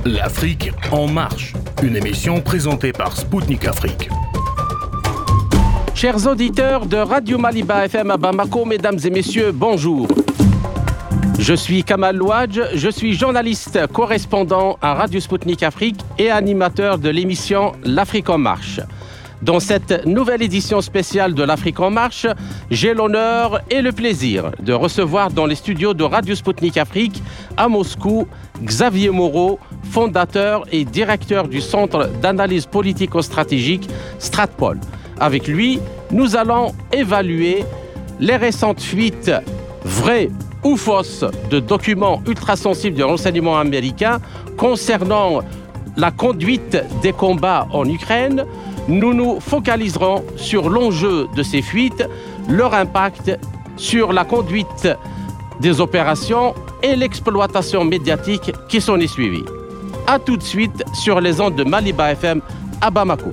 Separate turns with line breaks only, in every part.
L'Afrique en marche, une émission présentée par Spoutnik Afrique.
Chers auditeurs de Radio Maliba FM à Bamako, mesdames et messieurs, bonjour. Je suis Kamal Louadj, je suis journaliste correspondant à Radio Spoutnik Afrique et animateur de l'émission L'Afrique en marche. Dans cette nouvelle édition spéciale de l'Afrique en marche, j'ai l'honneur et le plaisir de recevoir dans les studios de Radio Spoutnik Afrique à Moscou Xavier Moreau, fondateur et directeur du Centre d'analyse politico-stratégique Stratpol. Avec lui, nous allons évaluer les récentes fuites vraies ou fausses de documents ultrasensibles du renseignement américain concernant la conduite des combats en Ukraine. Nous nous focaliserons sur l'enjeu de ces fuites, leur impact sur la conduite des opérations et l'exploitation médiatique qui s'en est suivie. A tout de suite sur les ondes de Maliba FM à Bamako.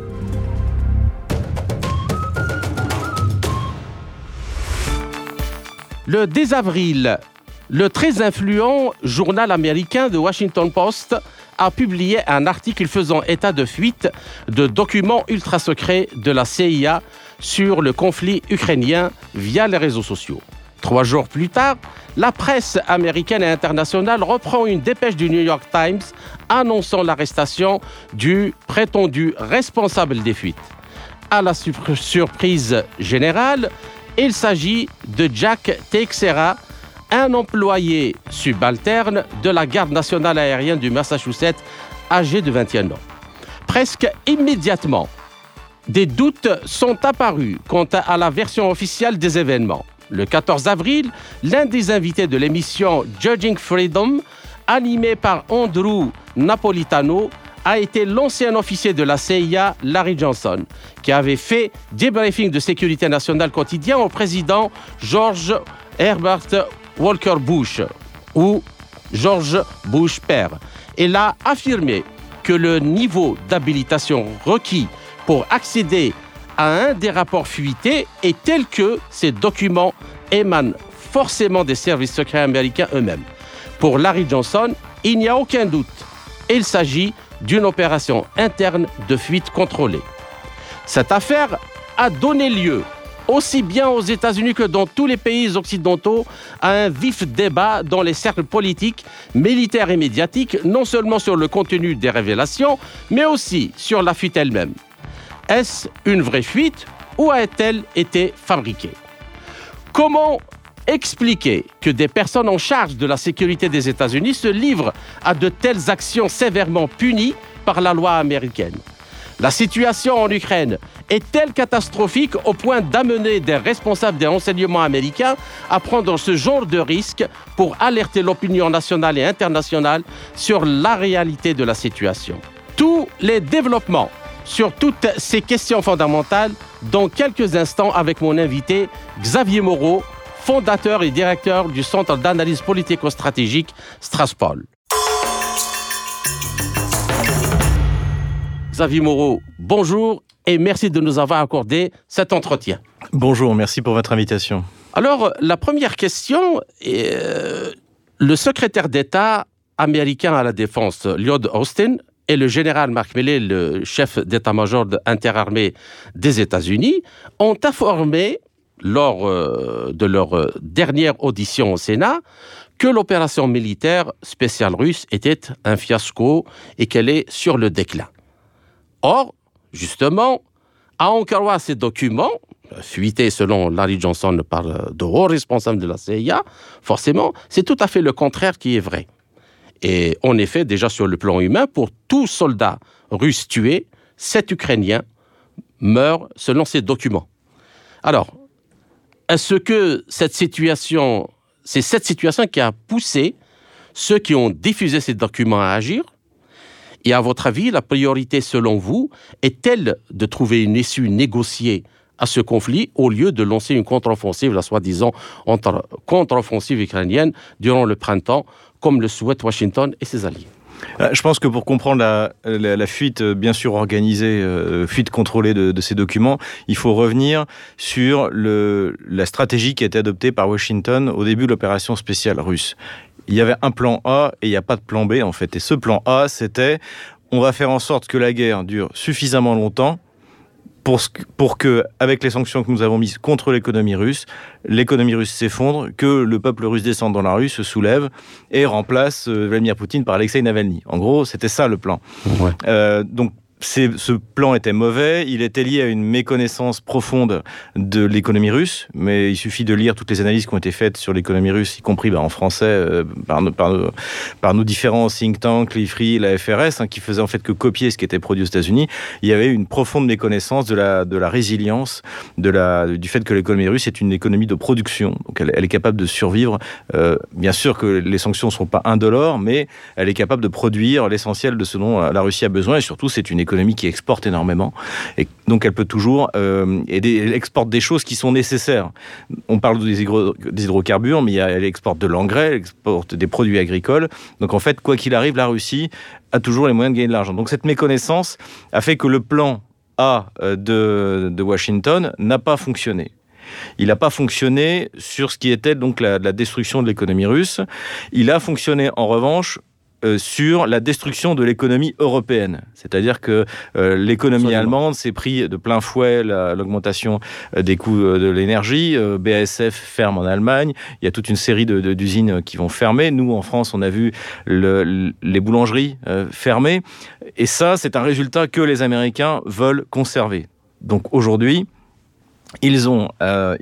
Le 10 avril, le très influent journal américain The Washington Post a publié un article faisant état de fuite de documents ultra secrets de la CIA sur le conflit ukrainien via les réseaux sociaux. 3 jours plus tard, la presse américaine et internationale reprend une dépêche du New York Times annonçant l'arrestation du prétendu responsable des fuites. À la surprise générale, il s'agit de Jack Teixeira, un employé subalterne de la Garde nationale aérienne du Massachusetts, âgé de 21 ans. Presque immédiatement, des doutes sont apparus quant à la version officielle des événements. Le 14 avril, l'un des invités de l'émission Judging Freedom, animé par Andrew Napolitano, a été l'ancien officier de la CIA, Larry Johnson, qui avait fait des briefings de sécurité nationale quotidien au président George Herbert Walker Bush, ou George Bush père. Il a affirmé que le niveau d'habilitation requis pour accéder à un des rapports fuités est tel que ces documents émanent forcément des services secrets américains eux-mêmes. Pour Larry Johnson, il n'y a aucun doute. Il s'agit d'une opération interne de fuite contrôlée. Cette affaire a donné lieu, aussi bien aux États-Unis que dans tous les pays occidentaux, à un vif débat dans les cercles politiques, militaires et médiatiques, non seulement sur le contenu des révélations, mais aussi sur la fuite elle-même. Est-ce une vraie fuite ou a-t-elle été fabriquée ? Comment expliquer que des personnes en charge de la sécurité des États-Unis se livrent à de telles actions sévèrement punies par la loi américaine ? La situation en Ukraine est-elle catastrophique au point d'amener des responsables des renseignements américains à prendre ce genre de risque pour alerter l'opinion nationale et internationale sur la réalité de la situation ? Tous les développements sur toutes ces questions fondamentales dans quelques instants avec mon invité Xavier Moreau, fondateur et directeur du Centre d'analyse politico-stratégique Stratpol. Xavier Moreau, bonjour et merci de nous avoir accordé cet entretien.
Bonjour, merci pour votre invitation.
Alors, la première question, le secrétaire d'État américain à la Défense, Lloyd Austin, et le général Mark Milley, le chef d'état-major interarmé des États-Unis, ont informé, lors de leur dernière audition au Sénat, que l'opération militaire spéciale russe était un fiasco et qu'elle est sur le déclin. Or, justement, à en croire ces documents, fuités selon Larry Johnson par de hauts responsables de la CIA, forcément, c'est tout à fait le contraire qui est vrai. Et en effet, déjà sur le plan humain, pour tout soldat russe tué, 7 Ukrainiens meurent selon ces documents. Alors, est-ce que c'est cette situation qui a poussé ceux qui ont diffusé ces documents à agir ? Et à votre avis, la priorité, selon vous, est-elle de trouver une issue négociée à ce conflit au lieu de lancer une contre-offensive, la soi-disant contre-offensive ukrainienne durant le printemps, comme le souhaitent Washington et ses alliés ?
Je pense que pour comprendre la fuite, bien sûr organisée, fuite contrôlée de ces documents, il faut revenir sur la stratégie qui a été adoptée par Washington au début de l'opération spéciale russe. Il y avait un plan A et il n'y a pas de plan B, en fait. Et ce plan A, c'était, on va faire en sorte que la guerre dure suffisamment longtemps pour que, avec les sanctions que nous avons mises contre l'économie russe s'effondre, que le peuple russe descende dans la rue, se soulève et remplace Vladimir Poutine par Alexei Navalny. En gros, c'était ça le plan. Ouais. Donc, ce plan était mauvais, il était lié à une méconnaissance profonde de l'économie russe, mais il suffit de lire toutes les analyses qui ont été faites sur l'économie russe, y compris en français, par nos différents think tanks, l'IFRI, la FRS, qui faisaient en fait que copier ce qui était produit aux États-Unis. Il y avait une profonde méconnaissance de la résilience, du fait que l'économie russe est une économie de production, donc elle est capable de survivre. Bien sûr que les sanctions ne sont pas indolores, mais elle est capable de produire l'essentiel de ce dont la Russie a besoin, et surtout c'est une économie qui exporte énormément, et donc elle peut toujours elle exporte des choses qui sont nécessaires. On parle des hydrocarbures, mais elle exporte de l'engrais, elle exporte des produits agricoles. Donc en fait, quoi qu'il arrive, la Russie a toujours les moyens de gagner de l'argent. Donc cette méconnaissance a fait que le plan A de Washington n'a pas fonctionné. Il n'a pas fonctionné sur ce qui était donc la destruction de l'économie russe. Il a fonctionné en revanche sur la destruction de l'économie européenne. C'est-à-dire que l'économie allemande s'est pris de plein fouet l'augmentation des coûts de l'énergie. BASF ferme en Allemagne. Il y a toute une série d'usines qui vont fermer. Nous, en France, on a vu les boulangeries fermer. Et ça, c'est un résultat que les Américains veulent conserver. Donc aujourd'hui, ils ont un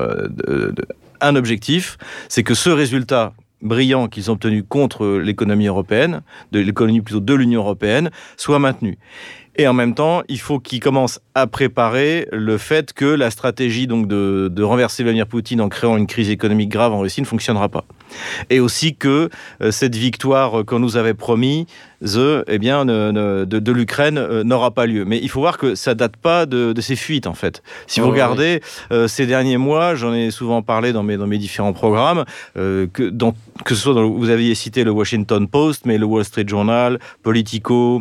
objectif, c'est que ce résultat brillant qu'ils ont obtenu contre l'économie européenne, de l'économie plutôt de l'Union européenne, soit maintenu. Et en même temps, il faut qu'ils commencent à préparer le fait que la stratégie donc de renverser Vladimir Poutine en créant une crise économique grave en Russie ne fonctionnera pas. Et aussi que cette victoire qu'on nous avait promis de l'Ukraine n'aura pas lieu. Mais il faut voir que ça date pas de ces fuites, en fait. Si vous regardez ces derniers mois, j'en ai souvent parlé dans mes différents programmes, que ce soit vous aviez cité le Washington Post, mais le Wall Street Journal, Politico,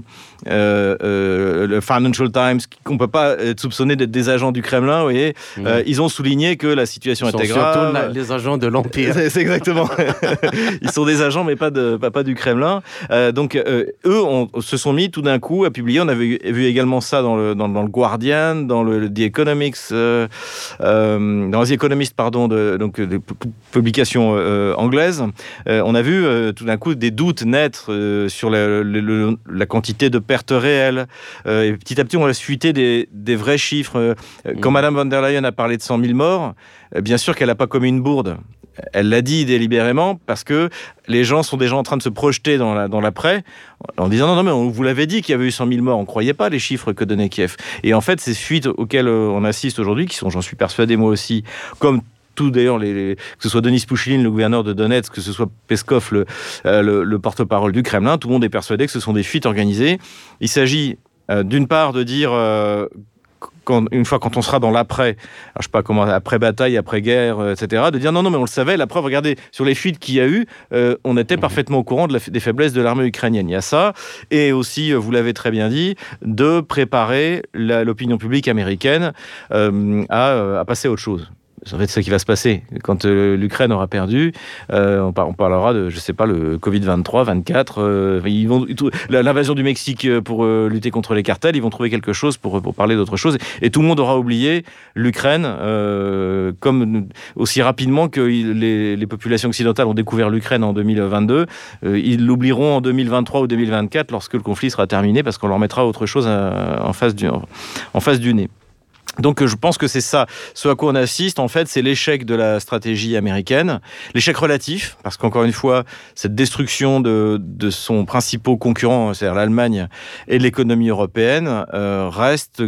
le Financial Times, qu'on peut pas être soupçonné d'être des agents du Kremlin, vous voyez, ils ont souligné que la situation était grave.
Surtout les agents de l'Empire.
C'est exactement. Ils sont des agents, mais pas du Kremlin. Donc, eux se sont mis tout d'un coup à publier. On avait vu également ça dans le Guardian, dans le The Economics, dans The Economist, donc des publications anglaises. On a vu tout d'un coup des doutes naître sur la quantité de pertes réelles. Et petit à petit, on a fuité des vrais chiffres. Quand Madame von der Leyen a parlé de 100 000 morts, bien sûr qu'elle n'a pas commis une bourde. Elle l'a dit délibérément parce que les gens sont déjà en train de se projeter dans l'après en disant non mais on vous l'avait dit qu'il y avait eu 100 000 morts, on ne croyait pas les chiffres que donnait Kiev. Et en fait, ces fuites auxquelles on assiste aujourd'hui, qui sont, j'en suis persuadé moi aussi, comme tout d'ailleurs, que ce soit Denis Pouchkine, le gouverneur de Donetsk, que ce soit Peskov, le porte-parole du Kremlin, tout le monde est persuadé que ce sont des fuites organisées. Il s'agit d'une part de dire... une fois quand on sera dans l'après, alors je sais pas comment, après bataille, après guerre, etc., de dire non mais on le savait, la preuve, regardez, sur les fuites qu'il y a eu, on était parfaitement au courant des faiblesses de l'armée ukrainienne. Il y a ça, et aussi, vous l'avez très bien dit, de préparer l'opinion publique américaine à passer à autre chose. En fait, c'est ce qui va se passer. Quand l'Ukraine aura perdu, on parlera de, je sais pas, le Covid-23, 24. L'invasion du Mexique pour lutter contre les cartels, ils vont trouver quelque chose pour parler d'autre chose. Et tout le monde aura oublié l'Ukraine, comme aussi rapidement que les populations occidentales ont découvert l'Ukraine en 2022. Ils l'oublieront en 2023 ou 2024 lorsque le conflit sera terminé, parce qu'on leur mettra autre chose en face du nez. Donc je pense que c'est ça. Ce à quoi on assiste, en fait, c'est l'échec de la stratégie américaine. L'échec relatif, parce qu'encore une fois, cette destruction de son principal concurrent, c'est-à-dire l'Allemagne, et l'économie européenne, reste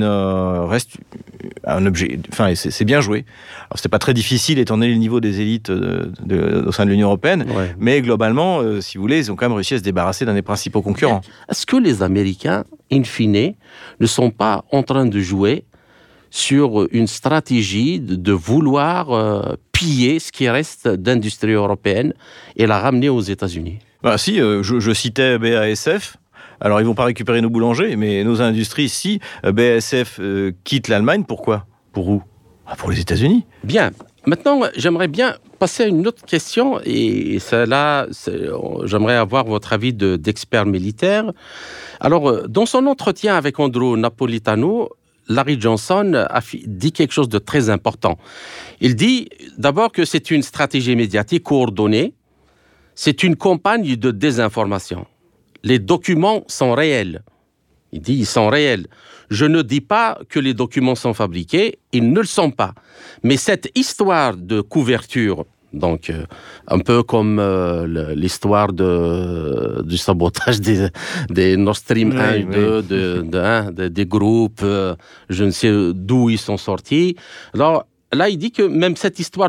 un objet... Enfin, c'est bien joué. Alors, c'était pas très difficile, étant donné le niveau des élites au sein de l'Union européenne, mais globalement, si vous voulez, ils ont quand même réussi à se débarrasser d'un des principaux concurrents.
Est-ce que les Américains, in fine, ne sont pas en train de jouer sur une stratégie de vouloir piller ce qui reste d'industrie européenne et la ramener aux États-Unis?
Si, je citais BASF. Alors, ils ne vont pas récupérer nos boulangers, mais nos industries, si BASF quitte l'Allemagne, pourquoi? Pour où? Pour les États-Unis.
Bien. Maintenant, j'aimerais bien passer à une autre question, et j'aimerais avoir votre avis d'expert militaire. Alors, dans son entretien avec Andrew Napolitano, Larry Johnson dit quelque chose de très important. Il dit d'abord que c'est une stratégie médiatique coordonnée, c'est une campagne de désinformation. Les documents sont réels. Il dit, ils sont réels. Je ne dis pas que les documents sont fabriqués, ils ne le sont pas. Mais cette histoire de couverture, donc un peu comme l'histoire du sabotage des Nord Stream 1 et 2, des groupes, je ne sais d'où ils sont sortis. Alors, là, il dit que même cette histoire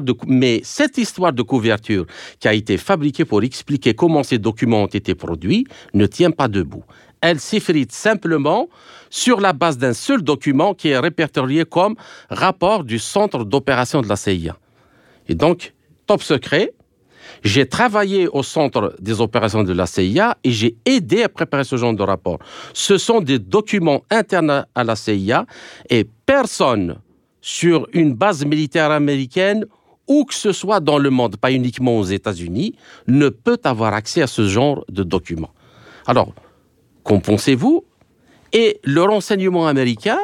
de couverture qui a été fabriquée pour expliquer comment ces documents ont été produits ne tient pas debout. Elle s'effrite simplement sur la base d'un seul document qui est répertorié comme rapport du centre d'opération de la CIA. Et donc, top secret, j'ai travaillé au centre des opérations de la CIA et j'ai aidé à préparer ce genre de rapport. Ce sont des documents internes à la CIA et personne sur une base militaire américaine, où que ce soit dans le monde, pas uniquement aux États-Unis, ne peut avoir accès à ce genre de documents. Alors, qu'en pensez-vous ? Et le renseignement américain,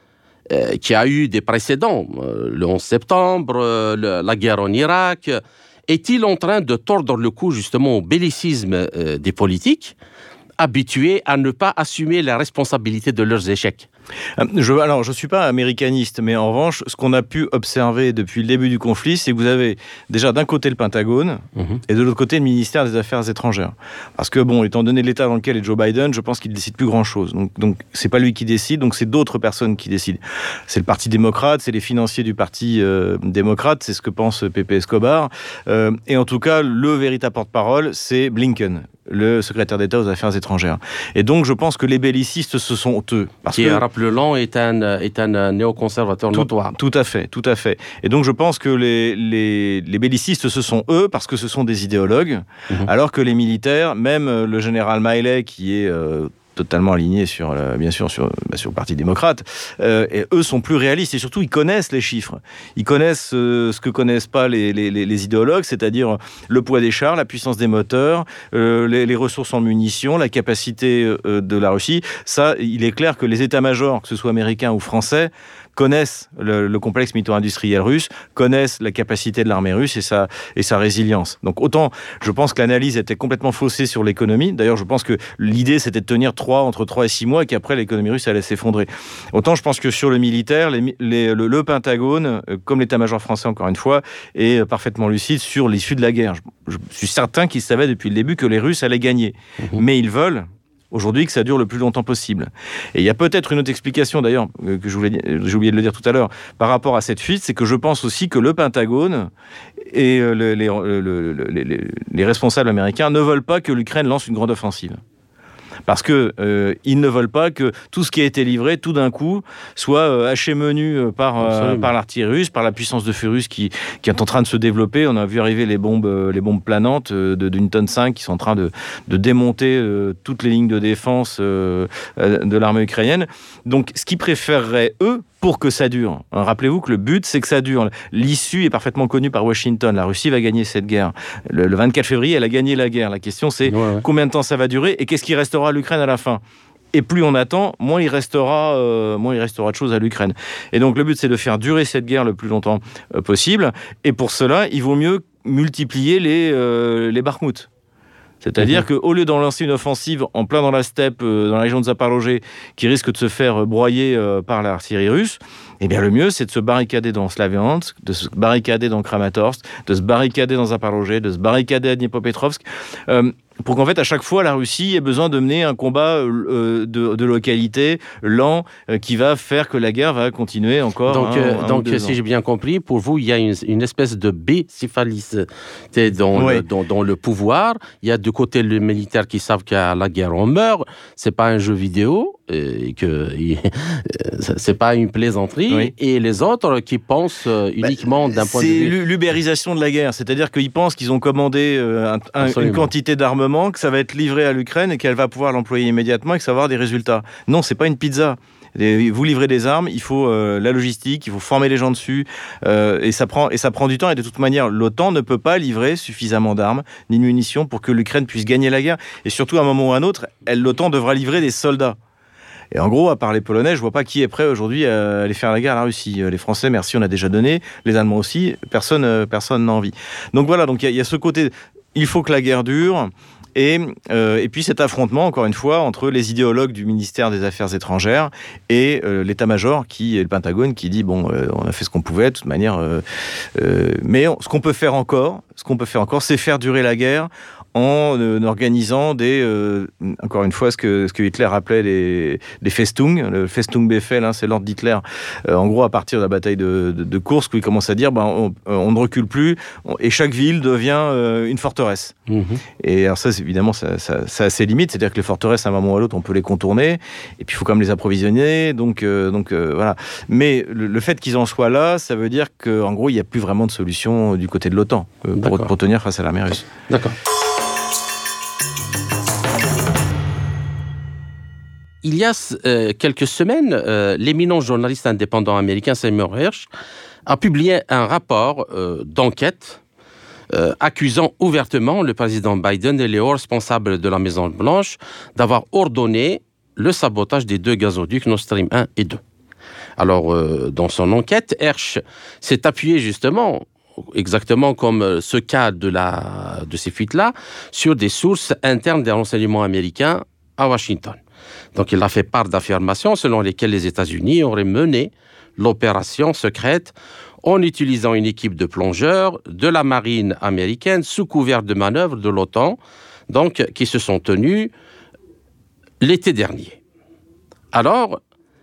qui a eu des précédents, le 11 septembre, la guerre en Irak, est-il en train de tordre le cou justement au bellicisme des politiques, habitués à ne pas assumer la responsabilité de leurs échecs ?
Je ne suis pas américaniste, mais en revanche, ce qu'on a pu observer depuis le début du conflit, c'est que vous avez déjà d'un côté le Pentagone et de l'autre côté le ministère des Affaires étrangères. Parce que, étant donné l'état dans lequel est Joe Biden, je pense qu'il ne décide plus grand-chose. Donc c'est pas lui qui décide, donc c'est d'autres personnes qui décident. C'est le Parti démocrate, c'est les financiers du Parti démocrate, c'est ce que pense Pepe Escobar. Et en tout cas, le véritable porte-parole, c'est Blinken, le secrétaire d'État aux Affaires étrangères. Et donc, je pense que les bellicistes, ce sont eux.
Rappelons, est un néoconservateur notoire.
Tout à fait. Et donc, je pense que les bellicistes, ce sont eux, parce que ce sont des idéologues, alors que les militaires, même le général Miley, qui est totalement alignés sur, bien sûr, sur le Parti démocrate, et eux sont plus réalistes, et surtout, ils connaissent les chiffres. Ils connaissent ce que connaissent pas les idéologues, c'est-à-dire le poids des chars, la puissance des moteurs, les ressources en munitions, la capacité de la Russie. Ça, il est clair que les états-majors, que ce soit américains ou français, connaissent le complexe militaro-industriel russe, connaissent la capacité de l'armée russe et sa résilience. Donc autant, je pense que l'analyse était complètement faussée sur l'économie. D'ailleurs, je pense que l'idée, c'était de tenir entre 3 et 6 mois et qu'après, l'économie russe allait s'effondrer. Autant, je pense que sur le militaire, le Pentagone, comme l'état-major français, encore une fois, est parfaitement lucide sur l'issue de la guerre. Je suis certain qu'ils savaient depuis le début que les Russes allaient gagner. Mais ils veulent aujourd'hui que ça dure le plus longtemps possible. Et il y a peut-être une autre explication, d'ailleurs, que j'ai oublié de le dire tout à l'heure, par rapport à cette fuite, c'est que je pense aussi que le Pentagone et les responsables américains ne veulent pas que l'Ukraine lance une grande offensive. Parce qu'ils ne veulent pas que tout ce qui a été livré, tout d'un coup, soit haché menu par l'artillerie russe, par la puissance de feu russe qui est en train de se développer. On a vu arriver les bombes planantes d'une tonne 5 qui sont en train de démonter toutes les lignes de défense de l'armée ukrainienne. Donc, ce qu'ils préféreraient, eux, pour que ça dure. Rappelez-vous que le but, c'est que ça dure. L'issue est parfaitement connue par Washington. La Russie va gagner cette guerre. Le 24 février, elle a gagné la guerre. La question, c'est combien de temps ça va durer et qu'est-ce qui restera à l'Ukraine à la fin. Et plus on attend, moins il restera de choses à l'Ukraine. Et donc, le but, c'est de faire durer cette guerre le plus longtemps possible. Et pour cela, il vaut mieux multiplier les Bakhmout. C'est-à-dire qu'au lieu d'en lancer une offensive en plein dans la steppe, dans la région de Zaporozhye, qui risque de se faire broyer par l'artillerie russe, eh bien le mieux, c'est de se barricader dans Slaviansk, de se barricader dans Kramatorsk, de se barricader dans Zaporozhye, de se barricader à Dniepropetrovsk, pour qu'en fait, à chaque fois, la Russie ait besoin de mener un combat de localité lent qui va faire que la guerre va continuer encore.
Donc, si j'ai bien compris, pour vous, il y a une espèce de bicéphalisme dans le pouvoir. Il y a de côté les militaires qui savent qu'à la guerre, on meurt. C'est pas un jeu vidéo. Et que c'est pas une plaisanterie, et les autres qui pensent uniquement d'un point de vue...
C'est l'ubérisation de la guerre, c'est-à-dire qu'ils pensent qu'ils ont commandé une quantité d'armement, que ça va être livré à l'Ukraine et qu'elle va pouvoir l'employer immédiatement et que ça va avoir des résultats. Non, c'est pas une pizza. Vous livrez des armes, il faut la logistique, il faut former les gens dessus, et ça prend du temps. Et de toute manière, l'OTAN ne peut pas livrer suffisamment d'armes ni de munitions pour que l'Ukraine puisse gagner la guerre. Et surtout, à un moment ou à un autre, l'OTAN devra livrer des soldats. Et en gros, à part les Polonais, je vois pas qui est prêt aujourd'hui à aller faire la guerre à la Russie. Les Français, merci, on a déjà donné. Les Allemands aussi, personne n'a envie. Donc voilà, donc il y a ce côté, il faut que la guerre dure. Et puis cet affrontement, encore une fois, entre les idéologues du ministère des Affaires étrangères et l'état-major, le Pentagone, qui dit bon, on a fait ce qu'on pouvait, de toute manière. Mais ce qu'on peut faire encore, c'est faire durer la guerre en organisant encore une fois, ce que Hitler appelait les Festung. Le Festung-Befehl, c'est l'ordre d'Hitler. En gros, à partir de la bataille de Kursk, où il commence à dire on ne recule plus, et chaque ville devient une forteresse. Mmh. Et alors ça, évidemment, ça a ses limites. C'est-à-dire que les forteresses, à un moment ou à l'autre, on peut les contourner, et puis il faut quand même les approvisionner. Donc voilà. Mais le fait qu'ils en soient là, ça veut dire qu'en gros, il n'y a plus vraiment de solution du côté de l'OTAN pour tenir face à l'armée russe.
D'accord. Il y a quelques semaines, l'éminent journaliste indépendant américain Seymour Hersh a publié un rapport d'enquête accusant ouvertement le président Biden et les hauts responsables de la Maison-Blanche d'avoir ordonné le sabotage des 2 gazoducs Nord Stream 1 et 2. Alors, dans son enquête, Hersh s'est appuyé justement, exactement comme ce cas de ces fuites-là, sur des sources internes des renseignements américains à Washington. Donc, il a fait part d'affirmations selon lesquelles les États-Unis auraient mené l'opération secrète en utilisant une équipe de plongeurs de la marine américaine sous couvert de manœuvres de l'OTAN, donc, qui se sont tenus l'été dernier. Alors,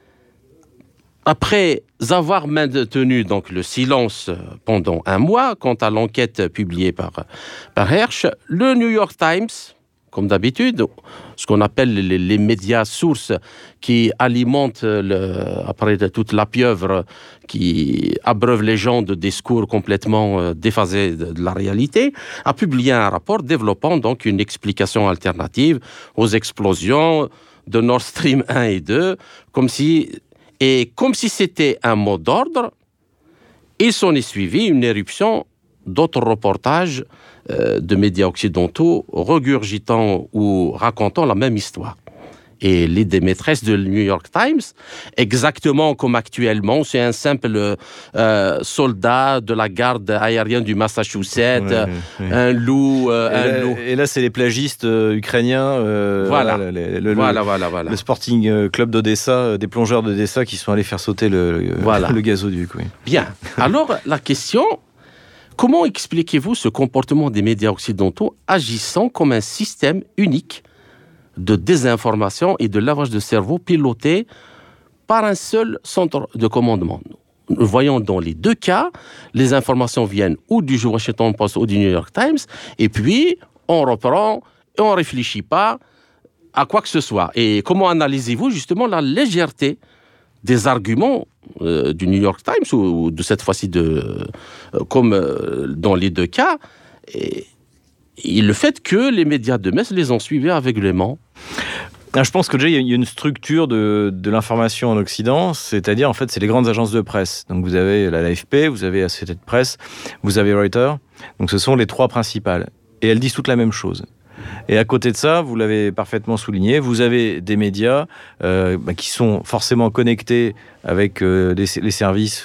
après avoir maintenu donc, le silence pendant un mois quant à l'enquête publiée par Hersh, le New York Times, comme d'habitude, ce qu'on appelle les médias sources qui alimentent après toute la pieuvre qui abreuve les gens de discours complètement déphasés de la réalité, a publié un rapport développant donc une explication alternative aux explosions de Nord Stream 1 et 2, comme si c'était un mot d'ordre. Il s'en est suivi une éruption d'autres reportages de médias occidentaux regurgitant ou racontant la même histoire. Et l'idée maîtresse de New York Times, exactement comme actuellement, c'est un simple soldat de la garde aérienne du Massachusetts, un loup.
Et là, c'est les plagistes ukrainiens, le Sporting Club d'Odessa, des plongeurs d'Odessa qui sont allés faire sauter le gazoduc. Oui.
Bien. Alors, la question... Comment expliquez-vous ce comportement des médias occidentaux agissant comme un système unique de désinformation et de lavage de cerveau piloté par un seul centre de commandement? Nous voyons dans les 2 cas, les informations viennent ou du Washington Post ou du New York Times, et puis on reprend et on ne réfléchit pas à quoi que ce soit. Et comment analysez-vous justement la légèreté des arguments du New York Times ou de cette fois-ci comme dans les 2 cas et le fait que les médias de masse les ont suivis aveuglément?
Je pense que déjà, il y a une structure de l'information en Occident, c'est-à-dire, en fait, c'est les grandes agences de presse. Donc, vous avez l'AFP, vous avez Associated Press, vous avez Reuters. Donc, ce sont les 3 principales. Et elles disent toutes la même chose. Et à côté de ça, vous l'avez parfaitement souligné, vous avez des médias qui sont forcément connectés avec les services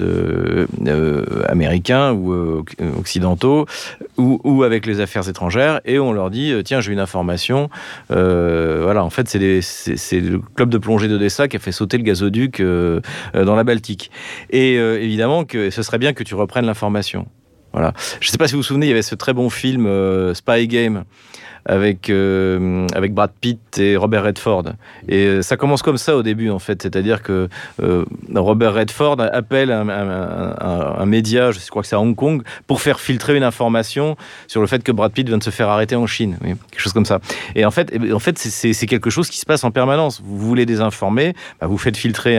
américains ou occidentaux ou avec les affaires étrangères, et on leur dit tiens, j'ai une information. En fait, c'est le club de plongée d'Odessa qui a fait sauter le gazoduc dans la Baltique. Et évidemment que ce serait bien que tu reprennes l'information. Voilà. Je ne sais pas si vous vous souvenez, il y avait ce très bon film Spy Game avec Brad Pitt et Robert Redford. Et ça commence comme ça au début, en fait. C'est-à-dire que Robert Redford appelle un média, je crois que c'est à Hong Kong, pour faire filtrer une information sur le fait que Brad Pitt vient de se faire arrêter en Chine. Oui, quelque chose comme ça. Et en fait c'est quelque chose qui se passe en permanence. Vous voulez désinformer, vous faites filtrer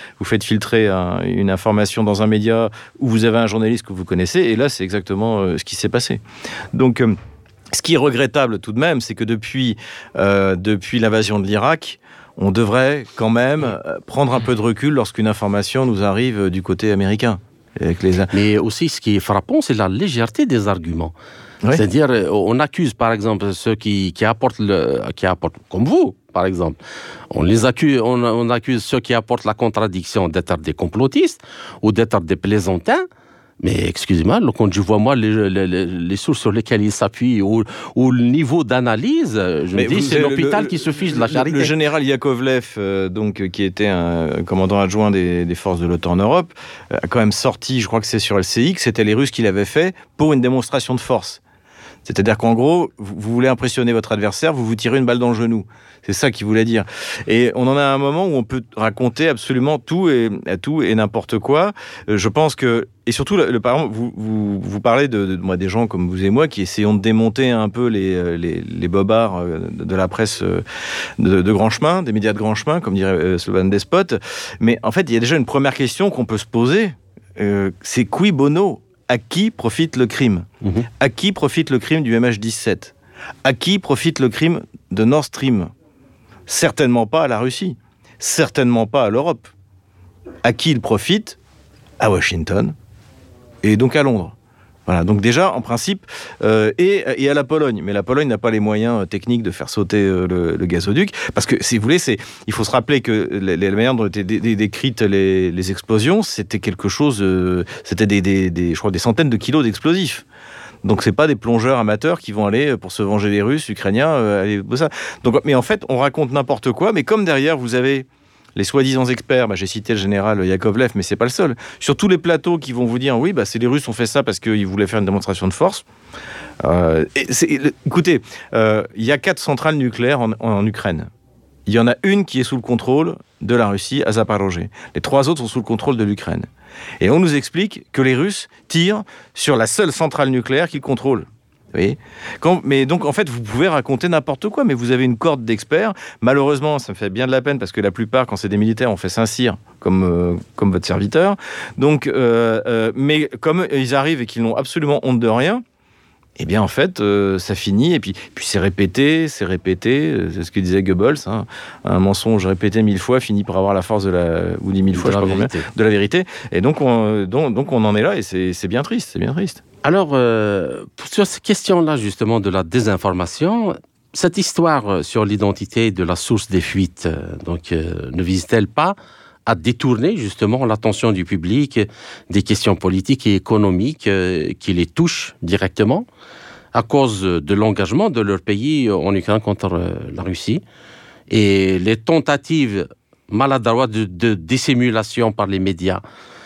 une information dans un média où vous avez un journaliste que vous connaissez, et là, c'est exactement ce qui s'est passé. Donc, ce qui est regrettable tout de même, c'est que depuis l'invasion de l'Irak, on devrait quand même prendre un peu de recul lorsqu'une information nous arrive du côté américain.
Mais aussi, ce qui est frappant, c'est la légèreté des arguments. Oui. C'est-à-dire, on accuse, par exemple, ceux qui apportent, comme vous, par exemple. On accuse ceux qui apportent la contradiction d'être des complotistes ou d'être des plaisantins. Mais excusez-moi, quand je vois moi les sources sur lesquelles ils s'appuient ou le niveau d'analyse, je me dis c'est l'hôpital qui se fiche de la charité.
Le général Yakovlev, qui était un commandant adjoint des forces de l'OTAN en Europe, a quand même sorti, je crois que c'est sur LCI, que c'était les Russes qui l'avaient fait pour une démonstration de force. C'est-à-dire qu'en gros, vous voulez impressionner votre adversaire, vous vous tirez une balle dans le genou. C'est ça qu'il voulait dire. Et on en a un moment où on peut raconter absolument tout et n'importe quoi. Je pense que... Et surtout, par exemple, vous parlez de moi, des gens comme vous et moi qui essayons de démonter un peu les bobards de la presse de grand chemin, des médias de grand chemin, comme dirait Slobodan Despot. Mais en fait, il y a déjà une première question qu'on peut se poser. C'est cui bono ? À qui profite le crime ? À qui profite le crime du MH17 ? À qui profite le crime de Nord Stream ? Certainement pas à la Russie. Certainement pas à l'Europe. À qui il profite ? À Washington. Et donc à Londres. Voilà, donc déjà, en principe, et à la Pologne. Mais la Pologne n'a pas les moyens techniques de faire sauter le gazoduc. Parce que, si vous voulez, il faut se rappeler que la manière dont étaient décrites les explosions, c'était quelque chose... c'était je crois, des centaines de kilos d'explosifs. Donc, c'est pas des plongeurs amateurs qui vont aller, pour se venger des Russes, Ukrainiens, aller ça. Donc, mais en fait, on raconte n'importe quoi. Mais comme derrière, vous avez... les soi-disant experts, j'ai cité le général Yakovlev, mais c'est pas le seul. Sur tous les plateaux qui vont vous dire, oui, c'est les Russes ont fait ça parce qu'ils voulaient faire une démonstration de force. Écoutez, il y a 4 centrales nucléaires en Ukraine. Il y en a une qui est sous le contrôle de la Russie, à Zaporozhye. Les 3 autres sont sous le contrôle de l'Ukraine. Et on nous explique que les Russes tirent sur la seule centrale nucléaire qu'ils contrôlent. Oui. Mais donc, en fait, vous pouvez raconter n'importe quoi, mais vous avez une corde d'experts. Malheureusement, ça me fait bien de la peine, parce que la plupart, quand c'est des militaires, on fait Saint-Cyr, comme votre serviteur. Donc, mais comme ils arrivent et qu'ils n'ont absolument honte de rien, eh bien, en fait, ça finit, et puis c'est répété, c'est ce que disait Goebbels, hein, un mensonge répété 1000 fois finit par avoir la force ou 10 000 fois, je sais pas combien, de la vérité. Et donc on en est là, et c'est bien triste, c'est bien triste.
Alors, sur cette question-là, justement, de la désinformation, cette histoire sur l'identité de la source des fuites, ne vise-t-elle pas à détourner, justement, l'attention du public des questions politiques et économiques qui les touchent directement à cause de l'engagement de leur pays en Ukraine contre la Russie et les tentatives maladroites de dissimulation par les médias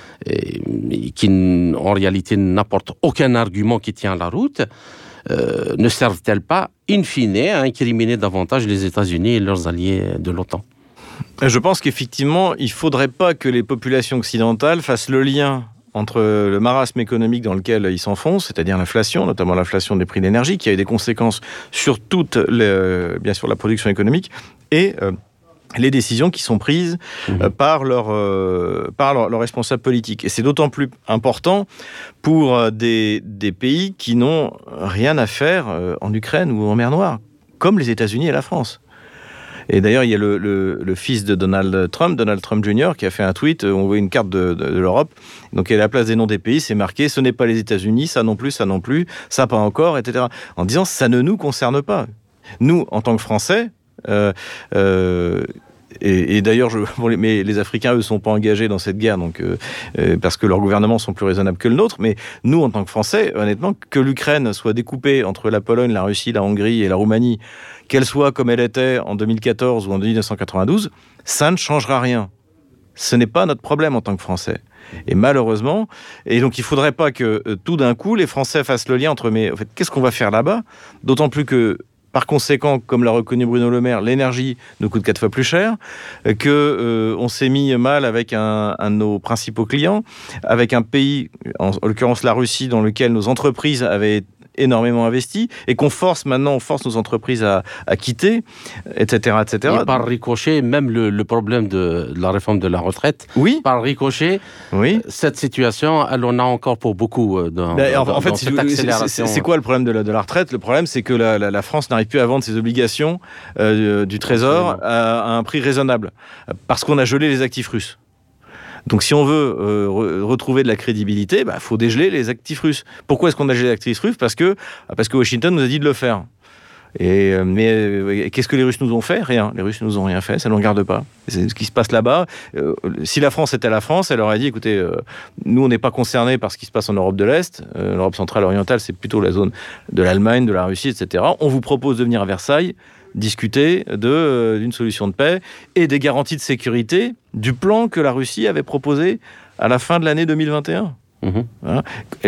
qui, en réalité, n'apportent aucun argument qui tient la route, ne servent-elles pas, in fine, à incriminer davantage les États-Unis et leurs alliés de l'OTAN ?
Je pense qu'effectivement, il ne faudrait pas que les populations occidentales fassent le lien entre le marasme économique dans lequel ils s'enfoncent, c'est-à-dire l'inflation, notamment l'inflation des prix de l'énergie, qui a eu des conséquences sur bien sûr la production économique, et les décisions qui sont prises par leurs responsables politiques. Et c'est d'autant plus important pour des pays qui n'ont rien à faire en Ukraine ou en mer Noire, comme les États-Unis et la France. Et d'ailleurs, il y a le fils de Donald Trump Jr., qui a fait un tweet, on voit une carte de l'Europe, donc à la place des noms des pays, c'est marqué « Ce n'est pas les États-Unis, ça non plus, ça pas encore, etc. » En disant « Ça ne nous concerne pas. » Nous, en tant que Français, et d'ailleurs, mais les Africains, eux, ne sont pas engagés dans cette guerre, donc, parce que leurs gouvernements sont plus raisonnables que le nôtre. Mais nous, en tant que Français, honnêtement, que l'Ukraine soit découpée entre la Pologne, la Russie, la Hongrie et la Roumanie, qu'elle soit comme elle était en 2014 ou en 1992, ça ne changera rien. Ce n'est pas notre problème en tant que Français. Et malheureusement, et donc il ne faudrait pas que tout d'un coup, les Français fassent le lien entre, mais en fait, qu'est-ce qu'on va faire là-bas ? D'autant plus que, par conséquent, comme l'a reconnu Bruno Le Maire, l'énergie nous coûte 4 fois plus cher, qu'on s'est mis mal avec un de nos principaux clients, avec un pays, en l'occurrence la Russie, dans lequel nos entreprises avaient énormément investi et qu'on force nos entreprises à quitter, etc., etc.
Et par ricochet, même le problème de la réforme de la retraite, par ricochet, cette situation, elle en a encore pour beaucoup dans cette accélération.
C'est quoi le problème de la retraite ? Le problème, c'est que la France n'arrive plus à vendre ses obligations du Trésor à un prix raisonnable, parce qu'on a gelé les actifs russes. Donc si on veut retrouver de la crédibilité, faut dégeler les actifs russes. Pourquoi est-ce qu'on a gelé les actifs russes ? Parce que Washington nous a dit de le faire. Mais qu'est-ce que les Russes nous ont fait ? Rien. Les Russes nous ont rien fait, ça ne nous regarde pas. C'est ce qui se passe là-bas. Si la France était la France, elle aurait dit, écoutez, nous on n'est pas concernés par ce qui se passe en Europe de l'Est. L'Europe centrale orientale, c'est plutôt la zone de l'Allemagne, de la Russie, etc. On vous propose de venir à Versailles discuter d'une solution de paix et des garanties de sécurité du plan que la Russie avait proposé à la fin de l'année 2021. Voilà.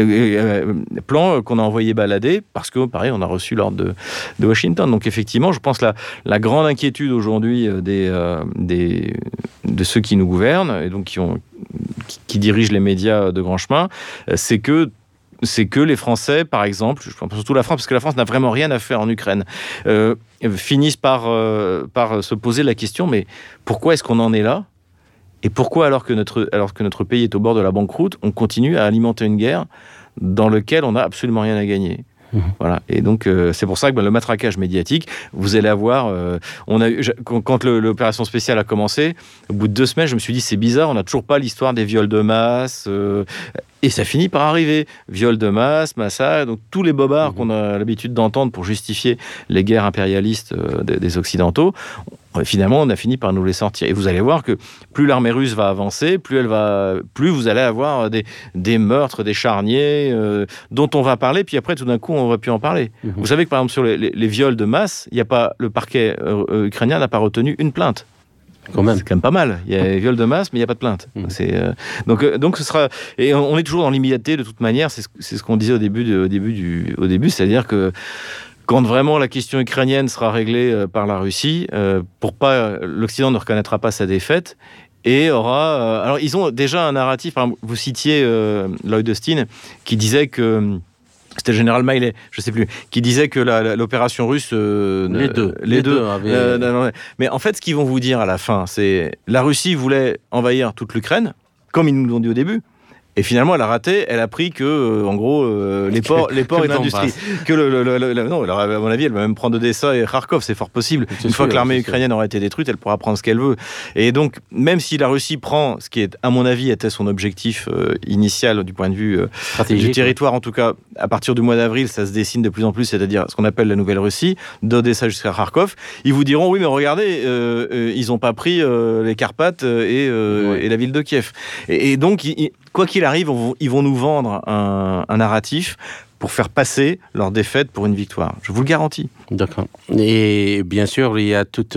Plan qu'on a envoyé balader parce que, pareil, on a reçu l'ordre de Washington. Donc, effectivement, je pense que la grande inquiétude aujourd'hui de ceux qui nous gouvernent et donc qui dirigent les médias de grand chemin, c'est que les Français, par exemple, je pense surtout la France, parce que la France n'a vraiment rien à faire en Ukraine, finissent par se poser la question, mais pourquoi est-ce qu'on en est là ? Et pourquoi, alors que notre pays est au bord de la banqueroute, on continue à alimenter une guerre dans laquelle on n'a absolument rien à gagner ? Voilà. Et donc, c'est pour ça que le matraquage médiatique, vous allez avoir... quand l'opération spéciale a commencé, au bout de 2 semaines, je me suis dit, c'est bizarre, on n'a toujours pas l'histoire des viols de masse... Et ça finit par arriver. Viol de masse, massacre, donc tous les bobards qu'on a l'habitude d'entendre pour justifier les guerres impérialistes des Occidentaux, finalement, on a fini par nous les sortir. Et vous allez voir que plus l'armée russe va avancer, plus vous allez avoir des meurtres, des charniers, dont on va parler, puis après, tout d'un coup, on ne va plus en parler. Vous savez que, par exemple, sur les viols de masse, le parquet ukrainien n'a pas retenu une plainte. C'est quand même pas mal. Il y a des viols de masse, mais il n'y a pas de plainte. Donc ce sera... Et on est toujours dans l'immédiateté, de toute manière. C'est ce qu'on disait au début, c'est-à-dire que quand vraiment la question ukrainienne sera réglée par la Russie, l'Occident ne reconnaîtra pas sa défaite et aura... alors, ils ont déjà un narratif. Vous citiez Lloyd Austin, qui disait que... C'était le général Miley, je ne sais plus, qui disait que l'opération russe...
les deux avaient...
mais en fait, ce qu'ils vont vous dire à la fin, c'est... La Russie voulait envahir toute l'Ukraine, comme ils nous l'ont dit au début. Et finalement, elle a raté. Elle a pris que, en gros, les ports et l'industrie. Non, alors, à mon avis, elle va même prendre Odessa et Kharkov. C'est fort possible. Une fois que l'armée ukrainienne aura été détruite, elle pourra prendre ce qu'elle veut. Et donc, même si la Russie prend ce qui est, à mon avis, était son objectif initial du point de vue du territoire, en tout cas, à partir du mois d'avril, ça se dessine de plus en plus, c'est-à-dire ce qu'on appelle la Nouvelle-Russie, d'Odessa jusqu'à Kharkov. Ils vous diront, oui, mais regardez, ils n'ont pas pris les Carpates et la ville de Kiev. Et donc, quoi qu'il arrive, ils vont nous vendre un narratif pour faire passer leur défaite pour une victoire. Je vous le garantis.
D'accord. Et bien sûr, il y a tout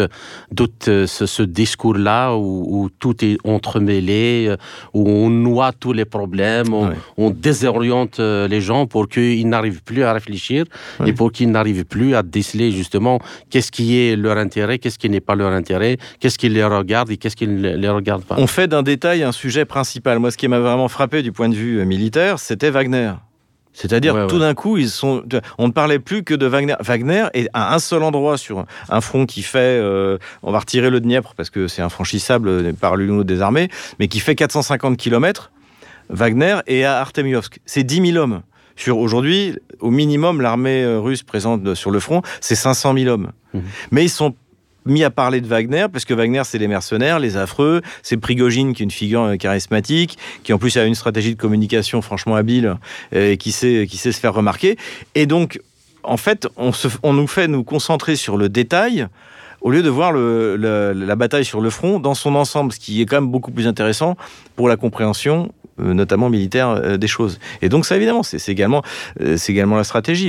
ce discours-là où tout est entremêlé, où on noie tous les problèmes, on désoriente les gens pour qu'ils n'arrivent plus à réfléchir et pour qu'ils n'arrivent plus à déceler justement qu'est-ce qui est leur intérêt, qu'est-ce qui n'est pas leur intérêt, qu'est-ce qui les regarde et qu'est-ce qui ne les regarde pas.
On fait d'un détail un sujet principal. Moi, ce qui m'a vraiment frappé du point de vue militaire, c'était Wagner. C'est-à-dire, tout d'un coup, on ne parlait plus que de Wagner. Wagner est à un seul endroit sur un front qui fait... on va retirer le Dniepr parce que c'est infranchissable par l'une ou l'autre des armées, mais qui fait 450 km. Wagner est à Artemiovsk. C'est 10 000 hommes. Aujourd'hui, au minimum, l'armée russe présente sur le front, c'est 500 000 hommes. Mais ils sont mis à parler de Wagner, parce que Wagner, c'est les mercenaires, les affreux, c'est Prigojine qui est une figure charismatique, qui en plus a une stratégie de communication franchement habile, et qui sait se faire remarquer. Et donc, en fait, on nous fait nous concentrer sur le détail, au lieu de voir la bataille sur le front dans son ensemble, ce qui est quand même beaucoup plus intéressant pour la compréhension notamment militaire des choses. Et donc ça, évidemment, c'est également la stratégie.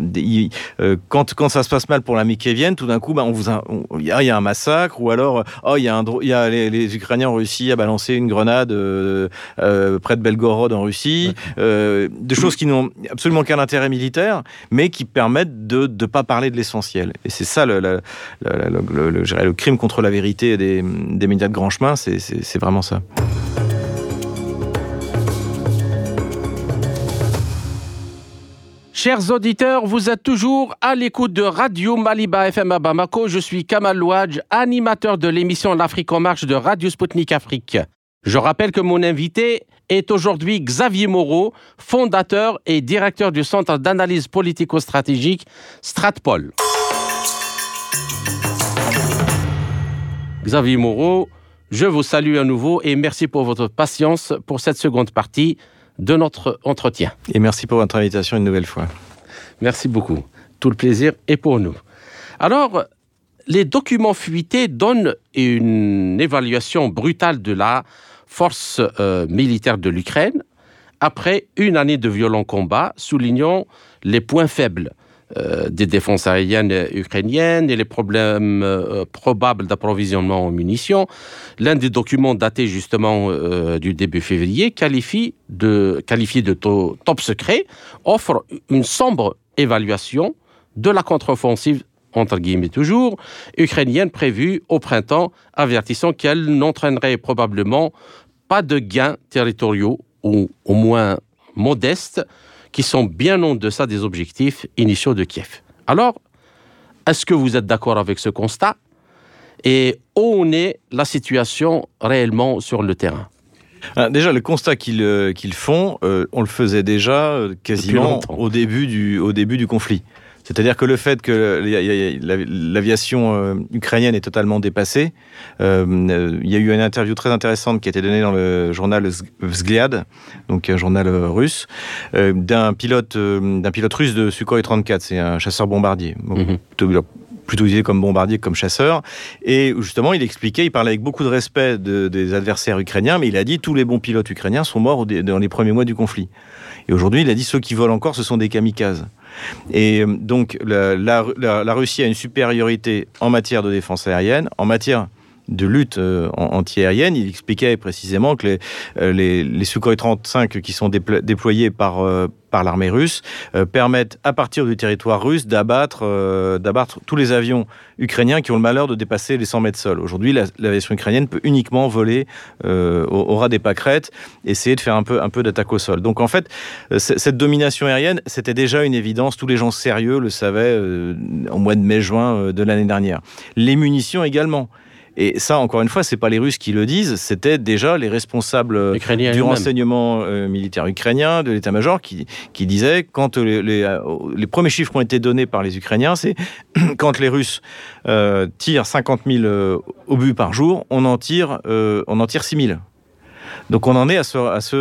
Quand ça se passe mal pour l'armée kievienne, tout d'un coup, il y a un massacre, ou alors les Ukrainiens ont réussi à balancer une grenade près de Belgorod en Russie, des choses qui n'ont absolument qu'un intérêt militaire, mais qui permettent de ne pas parler de l'essentiel. Et c'est ça le crime contre la vérité des médias de grand chemin, c'est vraiment ça.
Chers auditeurs, vous êtes toujours à l'écoute de Radio Maliba FM à Bamako. Je suis Kamal Louadj, animateur de l'émission L'Afrique en marche de Radio Sputnik Afrique. Je rappelle que mon invité est aujourd'hui Xavier Moreau, fondateur et directeur du Centre d'analyse politico-stratégique Stratpol. Xavier Moreau, je vous salue à nouveau et merci pour votre patience pour cette seconde partie de notre entretien.
Et merci pour votre invitation une nouvelle fois.
Merci beaucoup. Tout le plaisir est pour nous. Alors, les documents fuités donnent une évaluation brutale de la force militaire de l'Ukraine après une année de violents combats, soulignant les points faibles des défenses aériennes ukrainiennes et les problèmes probables d'approvisionnement en munitions. L'un des documents datés justement du début février, qualifié de top secret, offre une sombre évaluation de la contre-offensive, entre guillemets toujours, ukrainienne prévue au printemps, avertissant qu'elle n'entraînerait probablement pas de gains territoriaux, ou au moins modestes, qui sont bien en deçà des objectifs initiaux de Kiev. Alors, est-ce que vous êtes d'accord avec ce constat? Et où en est la situation réellement sur le terrain?
Déjà, le constat qu'ils font, on le faisait déjà quasiment au début du conflit. C'est-à-dire que le fait que l'aviation ukrainienne est totalement dépassée, il y a eu une interview très intéressante qui a été donnée dans le journal Vzgliad, donc un journal russe, d'un pilote russe de Sukhoi 34, c'est un chasseur-bombardier, plutôt utilisé comme bombardier que comme chasseur. Et justement, il parlait avec beaucoup de respect des adversaires ukrainiens, mais il a dit tous les bons pilotes ukrainiens sont morts dans les premiers mois du conflit. Et aujourd'hui, il a dit ceux qui volent encore, ce sont des kamikazes. Et donc, la Russie a une supériorité en matière de défense aérienne, en matière de lutte anti-aérienne. Il expliquait précisément que les Sukhoi 35 qui sont déployés par l'armée russe permettent, à partir du territoire russe, d'abattre tous les avions ukrainiens qui ont le malheur de dépasser les 100 mètres sol. Aujourd'hui, l'aviation ukrainienne peut uniquement voler au ras des pâquerettes, essayer de faire un peu d'attaque au sol. Donc en fait, cette domination aérienne, c'était déjà une évidence. Tous les gens sérieux le savaient au mois de mai-juin de l'année dernière. Les munitions également. Et ça, encore une fois, c'est pas les Russes qui le disent, c'était déjà les responsables du renseignement militaire ukrainien, de l'état-major, qui disaient, quand les premiers chiffres qui ont été donnés par les Ukrainiens, c'est quand les Russes tirent 50 000 obus par jour, on en tire 6 000. Donc on en est à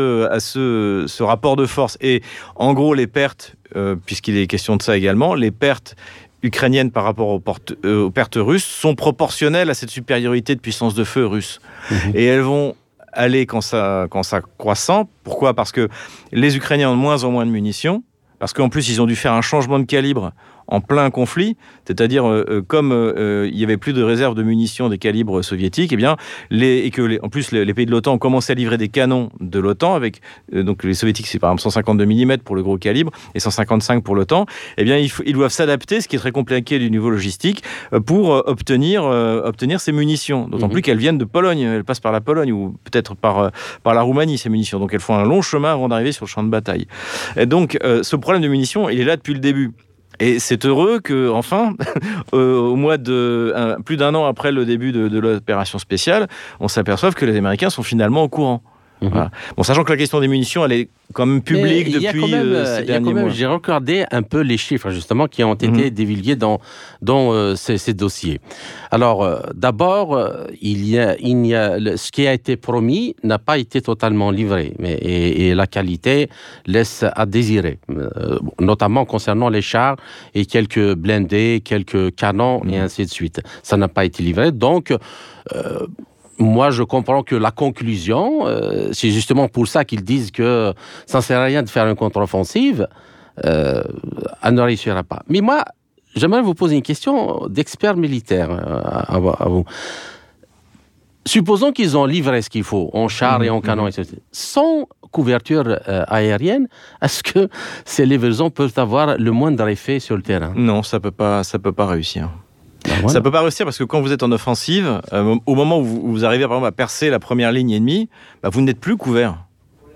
ce rapport de force. Et en gros, les pertes, puisqu'il est question de ça également, les pertes ukrainiennes par rapport aux pertes russes sont proportionnelles à cette supériorité de puissance de feu russe. Et elles vont aller quand ça croissant. Pourquoi ? Parce que les Ukrainiens ont de moins en moins de munitions, parce qu'en plus ils ont dû faire un changement de calibre en plein conflit, c'est-à-dire comme il n'y avait plus de réserve de munitions des calibres soviétiques, en plus les pays de l'OTAN ont commencé à livrer des canons de l'OTAN, avec donc les soviétiques c'est par exemple 152 mm pour le gros calibre et 155 pour l'OTAN, ils doivent s'adapter, ce qui est très compliqué du niveau logistique, pour obtenir ces munitions, d'autant plus qu'elles viennent de Pologne, elles passent par la Pologne ou peut-être par la Roumanie, ces munitions, donc elles font un long chemin avant d'arriver sur le champ de bataille. Et donc ce problème de munitions, il est là depuis le début. Et c'est heureux que, enfin, au mois plus d'un an après le début de l'opération spéciale, on s'aperçoive que les Américains sont finalement au courant. Voilà. Bon, sachant que la question des munitions, elle est quand même publique depuis ces derniers mois. J'ai
regardé un peu les chiffres, justement, qui ont été divulgués dans ces dossiers. Alors, d'abord, ce qui a été promis n'a pas été totalement livré, et la qualité laisse à désirer, notamment concernant les chars et quelques blindés, quelques canons, et ainsi de suite. Ça n'a pas été livré, donc... moi, je comprends que la conclusion, c'est justement pour ça qu'ils disent que ça ne sert à rien de faire une contre-offensive, elle ne réussira pas. Mais moi, j'aimerais vous poser une question d'expert militaire à vous. Supposons qu'ils ont livré ce qu'il faut, en chars et en canons, etc. Sans couverture aérienne, est-ce que ces livraisons peuvent avoir le moindre effet sur le terrain ?
Non, ça peut pas réussir.
Voilà.
Ça ne peut pas réussir parce que quand vous êtes en offensive, au moment où vous arrivez par exemple à percer la première ligne ennemie, vous n'êtes plus couvert.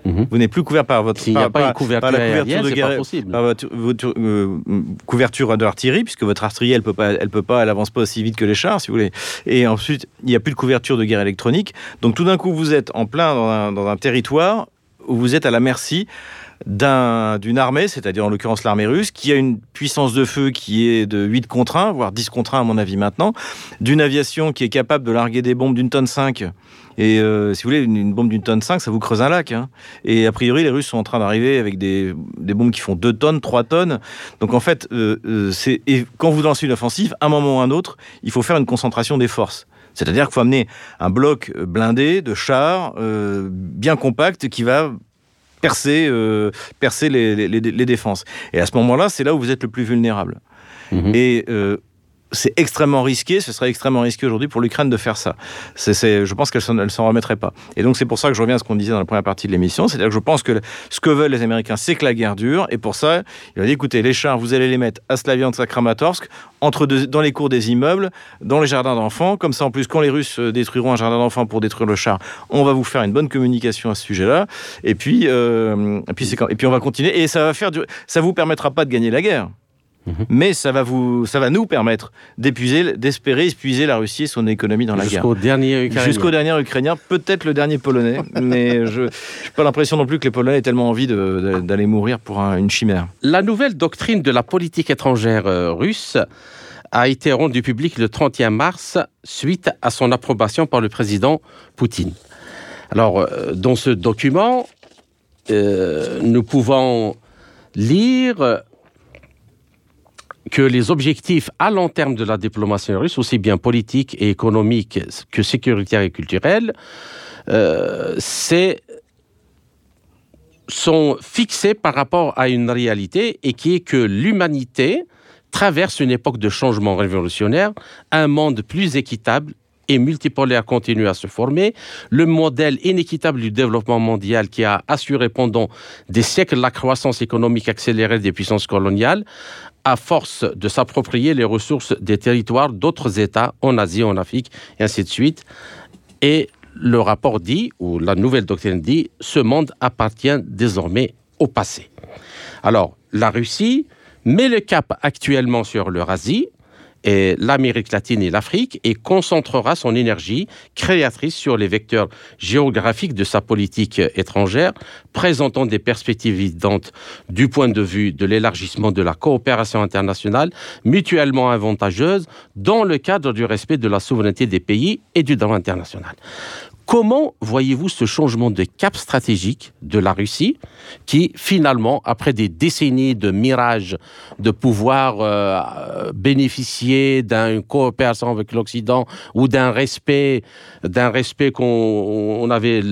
Vous n'êtes plus couvert par votre...
S'il n'y a pas une couverture aérienne, c'est pas possible.
Par votre couverture de l'artillerie, puisque votre artillerie, elle avance pas aussi vite que les chars, si vous voulez. Et ensuite, il n'y a plus de couverture de guerre électronique. Donc tout d'un coup, vous êtes en plein dans un territoire où vous êtes à la merci d'une armée, c'est-à-dire en l'occurrence l'armée russe, qui a une puissance de feu qui est de 8 contre 1, voire 10 contre 1 à mon avis maintenant, d'une aviation qui est capable de larguer des bombes d'une tonne 5. Et si vous voulez, une bombe d'une tonne 5, ça vous creuse un lac. Hein. Et a priori, les Russes sont en train d'arriver avec des bombes qui font 2 tonnes, 3 tonnes. Donc en fait, et quand vous lancez une offensive, à un moment ou à un autre, il faut faire une concentration des forces. C'est-à-dire qu'il faut amener un bloc blindé de chars bien compact qui va percer les défenses. Et à ce moment-là, c'est là où vous êtes le plus vulnérable. Et c'est extrêmement risqué, ce serait extrêmement risqué aujourd'hui pour l'Ukraine de faire ça. Je pense qu'elle ne s'en remettrait pas. Et donc c'est pour ça que je reviens à ce qu'on disait dans la première partie de l'émission, c'est-à-dire que je pense que ce que veulent les Américains, c'est que la guerre dure, et pour ça, il a dit, écoutez, les chars, vous allez les mettre à Slaviansk, à Kramatorsk, dans les cours des immeubles, dans les jardins d'enfants, comme ça en plus, quand les Russes détruiront un jardin d'enfants pour détruire le char, on va vous faire une bonne communication à ce sujet-là, et puis on va continuer, et ça vous permettra pas de gagner la guerre. Mais ça va nous permettre d'espérer épuiser la Russie et son économie dans la guerre. Jusqu'au dernier Ukrainien, peut-être le dernier Polonais, mais je n'ai pas l'impression non plus que les Polonais aient tellement envie d'aller mourir pour une chimère.
La nouvelle doctrine de la politique étrangère russe a été rendue publique le 31 mars suite à son approbation par le président Poutine. Alors, dans ce document, nous pouvons lire que les objectifs à long terme de la diplomatie russe, aussi bien politique et économique que sécuritaire et culturel, sont fixés par rapport à une réalité et qui est que l'humanité traverse une époque de changement révolutionnaire, un monde plus équitable et multipolaire continue à se former. Le modèle inéquitable du développement mondial qui a assuré pendant des siècles la croissance économique accélérée des puissances coloniales, à force de s'approprier les ressources des territoires d'autres États en Asie, en Afrique, et ainsi de suite. Et le rapport dit, ou la nouvelle doctrine dit, ce monde appartient désormais au passé. Alors, la Russie met le cap actuellement sur l'Eurasie, et l'Amérique latine et l'Afrique, et concentrera son énergie créatrice sur les vecteurs géographiques de sa politique étrangère, présentant des perspectives évidentes du point de vue de l'élargissement de la coopération internationale, mutuellement avantageuse, dans le cadre du respect de la souveraineté des pays et du droit international. Comment voyez-vous ce changement de cap stratégique de la Russie qui, finalement, après des décennies de mirages de pouvoir bénéficier d'une coopération avec l'Occident ou d'un respect qu'on avait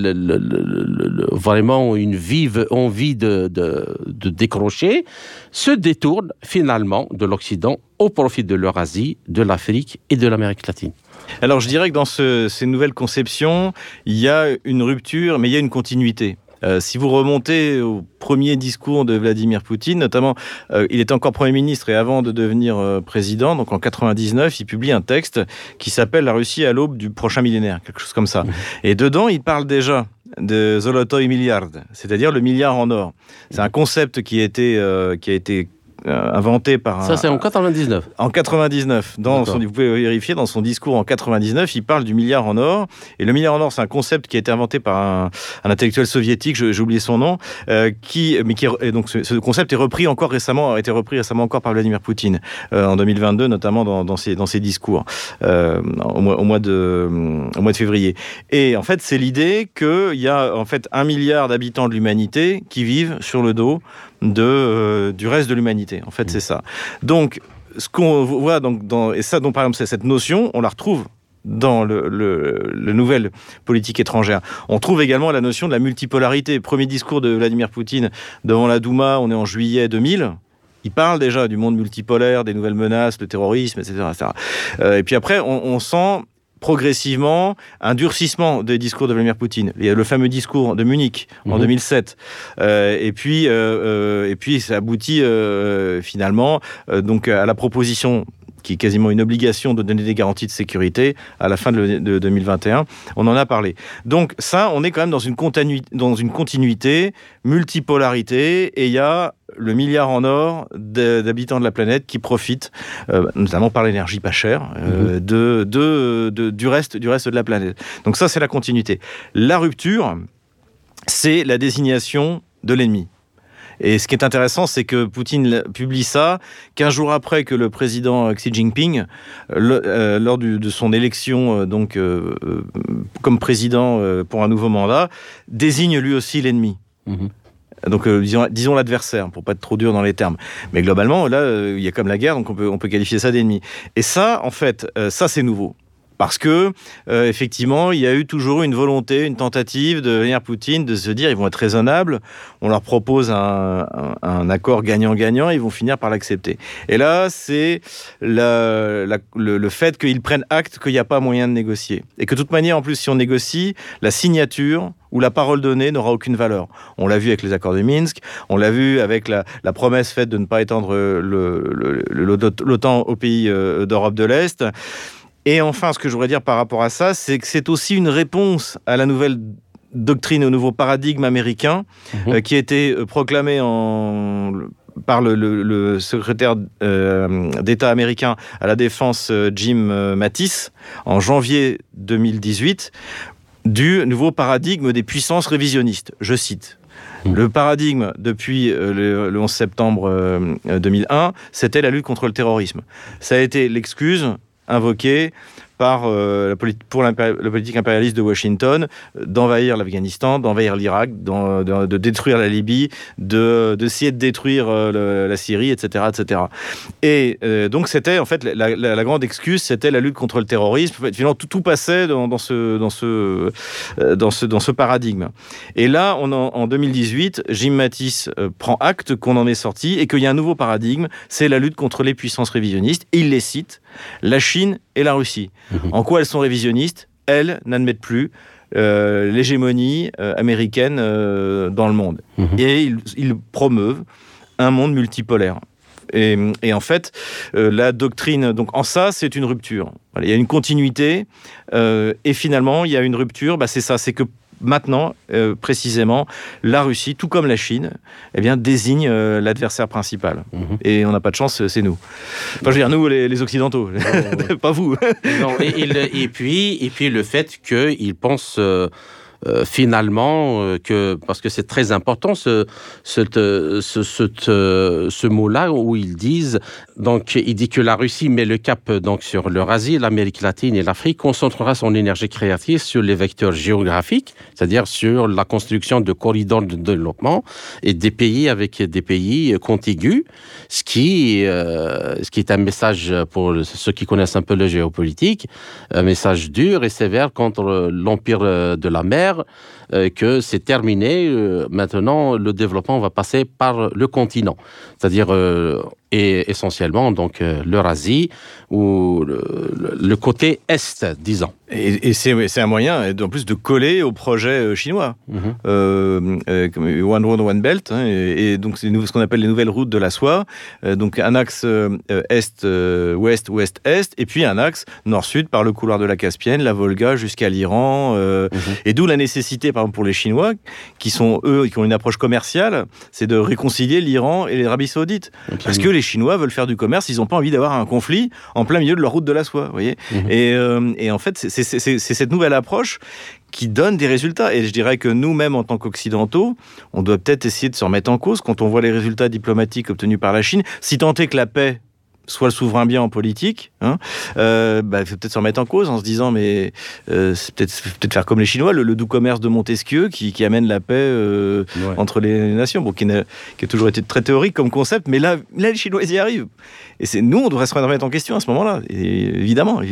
vraiment une vive envie de décrocher, se détourne finalement de l'Occident au profit de l'Eurasie, de l'Afrique et de l'Amérique latine?
Alors, je dirais que dans ces nouvelles conceptions, il y a une rupture, mais il y a une continuité. Si vous remontez au premier discours de Vladimir Poutine, notamment, il était encore Premier ministre et avant de devenir président, donc en 99, il publie un texte qui s'appelle « La Russie à l'aube du prochain millénaire », quelque chose comme ça. Et dedans, il parle déjà de Zolotoy Milliard, c'est-à-dire le milliard en or. C'est un concept qui a été inventé par
Ça, c'est en 99.
En 99. Vous pouvez vérifier, dans son discours en 99, il parle du milliard en or. Et le milliard en or, c'est un concept qui a été inventé par un intellectuel soviétique, j'ai oublié son nom, et donc ce concept a été repris récemment encore par Vladimir Poutine, en 2022, notamment dans ses discours, au mois de février. Et en fait, c'est l'idée qu'il y a en fait 1 milliard d'habitants de l'humanité qui vivent sur le dos du reste de l'humanité. En fait, c'est ça. Donc, ce qu'on voit et ça, par exemple, c'est cette notion, on la retrouve dans le nouvelle politique étrangère. On trouve également la notion de la multipolarité. Premier discours de Vladimir Poutine devant la Douma, on est en juillet 2000. Il parle déjà du monde multipolaire, des nouvelles menaces, le terrorisme, etc. Et puis après, on sent progressivement un durcissement des discours de Vladimir Poutine. Il y a le fameux discours de Munich en 2007. Et puis ça aboutit finalement donc à la proposition qui est quasiment une obligation de donner des garanties de sécurité à la fin de 2021. On en a parlé. Donc ça, on est quand même dans une continuité, multipolarité, et il y a le milliard en or d'habitants de la planète qui profitent, notamment par l'énergie pas chère, du reste de la planète. Donc ça, c'est la continuité. La rupture, c'est la désignation de l'ennemi. Et ce qui est intéressant, c'est que Poutine publie ça 15 jours après que le président Xi Jinping, lors de son élection comme président pour un nouveau mandat, désigne lui aussi l'ennemi. Donc, disons l'adversaire, pour pas être trop dur dans les termes. Mais globalement, là, il y a comme la guerre, donc on peut qualifier ça d'ennemi. Et ça, en fait, ça c'est nouveau. Parce que, effectivement, il y a eu toujours une volonté, une tentative de Vladimir Poutine de se dire ils vont être raisonnables, on leur propose un accord gagnant-gagnant, ils vont finir par l'accepter. Et là, c'est le fait qu'ils prennent acte qu'il n'y a pas moyen de négocier. Et que de toute manière, en plus, si on négocie, la signature ou la parole donnée n'aura aucune valeur. On l'a vu avec les accords de Minsk, on l'a vu avec la promesse faite de ne pas étendre l'OTAN aux pays d'Europe de l'Est. Et enfin, ce que je voudrais dire par rapport à ça, c'est que c'est aussi une réponse à la nouvelle doctrine, au nouveau paradigme américain, qui a été proclamé par le secrétaire d'État américain à la Défense, Jim Mattis, en janvier 2018, du nouveau paradigme des puissances révisionnistes. Je cite. Le paradigme, depuis le 11 septembre 2001, c'était la lutte contre le terrorisme. Ça a été l'excuse invoqué par la politique impérialiste de Washington d'envahir l'Afghanistan, d'envahir l'Irak, de détruire la Libye, d'essayer de détruire la Syrie, etc., etc. Et donc c'était en fait la grande excuse, c'était la lutte contre le terrorisme. En fait, finalement, tout passait dans ce paradigme. Et là, en 2018, Jim Mattis prend acte qu'on en est sorti et qu'il y a un nouveau paradigme, c'est la lutte contre les puissances révisionnistes. Et il les cite, la Chine et la Russie. En quoi elles sont révisionnistes ? Elles n'admettent plus l'hégémonie américaine dans le monde. Et ils promeuvent un monde multipolaire. Et en fait, la doctrine, donc en ça, c'est une rupture. Voilà, il y a une continuité, et finalement, il y a une rupture, c'est ça, c'est que maintenant, précisément, la Russie, tout comme la Chine, désigne l'adversaire principal. Et on n'a pas de chance, c'est nous. Enfin, je veux dire, nous, les Occidentaux, pas vous.
Non, et puis le fait qu'ils pensent... finalement, parce que c'est très important ce mot-là où ils disent, donc il dit que la Russie met le cap donc sur l'Eurasie, l'Amérique latine et l'Afrique, concentrera son énergie créative sur les vecteurs géographiques, c'est-à-dire sur la construction de corridors de développement et des pays avec des pays contigus, ce qui est un message pour ceux qui connaissent un peu la géopolitique, un message dur et sévère contre l'empire de la mer. Que c'est terminé. Maintenant, le développement va passer par le continent, c'est-à-dire et essentiellement donc l'Eurasie ou le côté est, disons.
Et c'est un moyen, en plus, de coller au projet chinois. Comme One Road, One Belt, et donc c'est ce qu'on appelle les nouvelles routes de la soie. Donc un axe est-ouest, ouest-est, et puis un axe nord-sud par le couloir de la Caspienne, la Volga jusqu'à l'Iran. Et d'où la nécessité, par exemple, pour les Chinois, qui ont une approche commerciale, c'est de réconcilier l'Iran et l'Arabie Saoudite. Parce que les Chinois veulent faire du commerce, ils n'ont pas envie d'avoir un conflit en plein milieu de leur route de la soie, vous voyez. Et en fait, c'est cette nouvelle approche qui donne des résultats. Et je dirais que nous-mêmes, en tant qu'Occidentaux, on doit peut-être essayer de se remettre en cause quand on voit les résultats diplomatiques obtenus par la Chine. Si tant est que la paix soit le souverain bien en politique, il faut peut-être se remettre en cause en se disant mais c'est peut-être faire comme les Chinois, le doux commerce de Montesquieu qui amène la paix entre les nations, qui a toujours été très théorique comme concept, mais là les Chinois ils y arrivent. Et nous on devrait se remettre en question à ce moment-là. Et évidemment.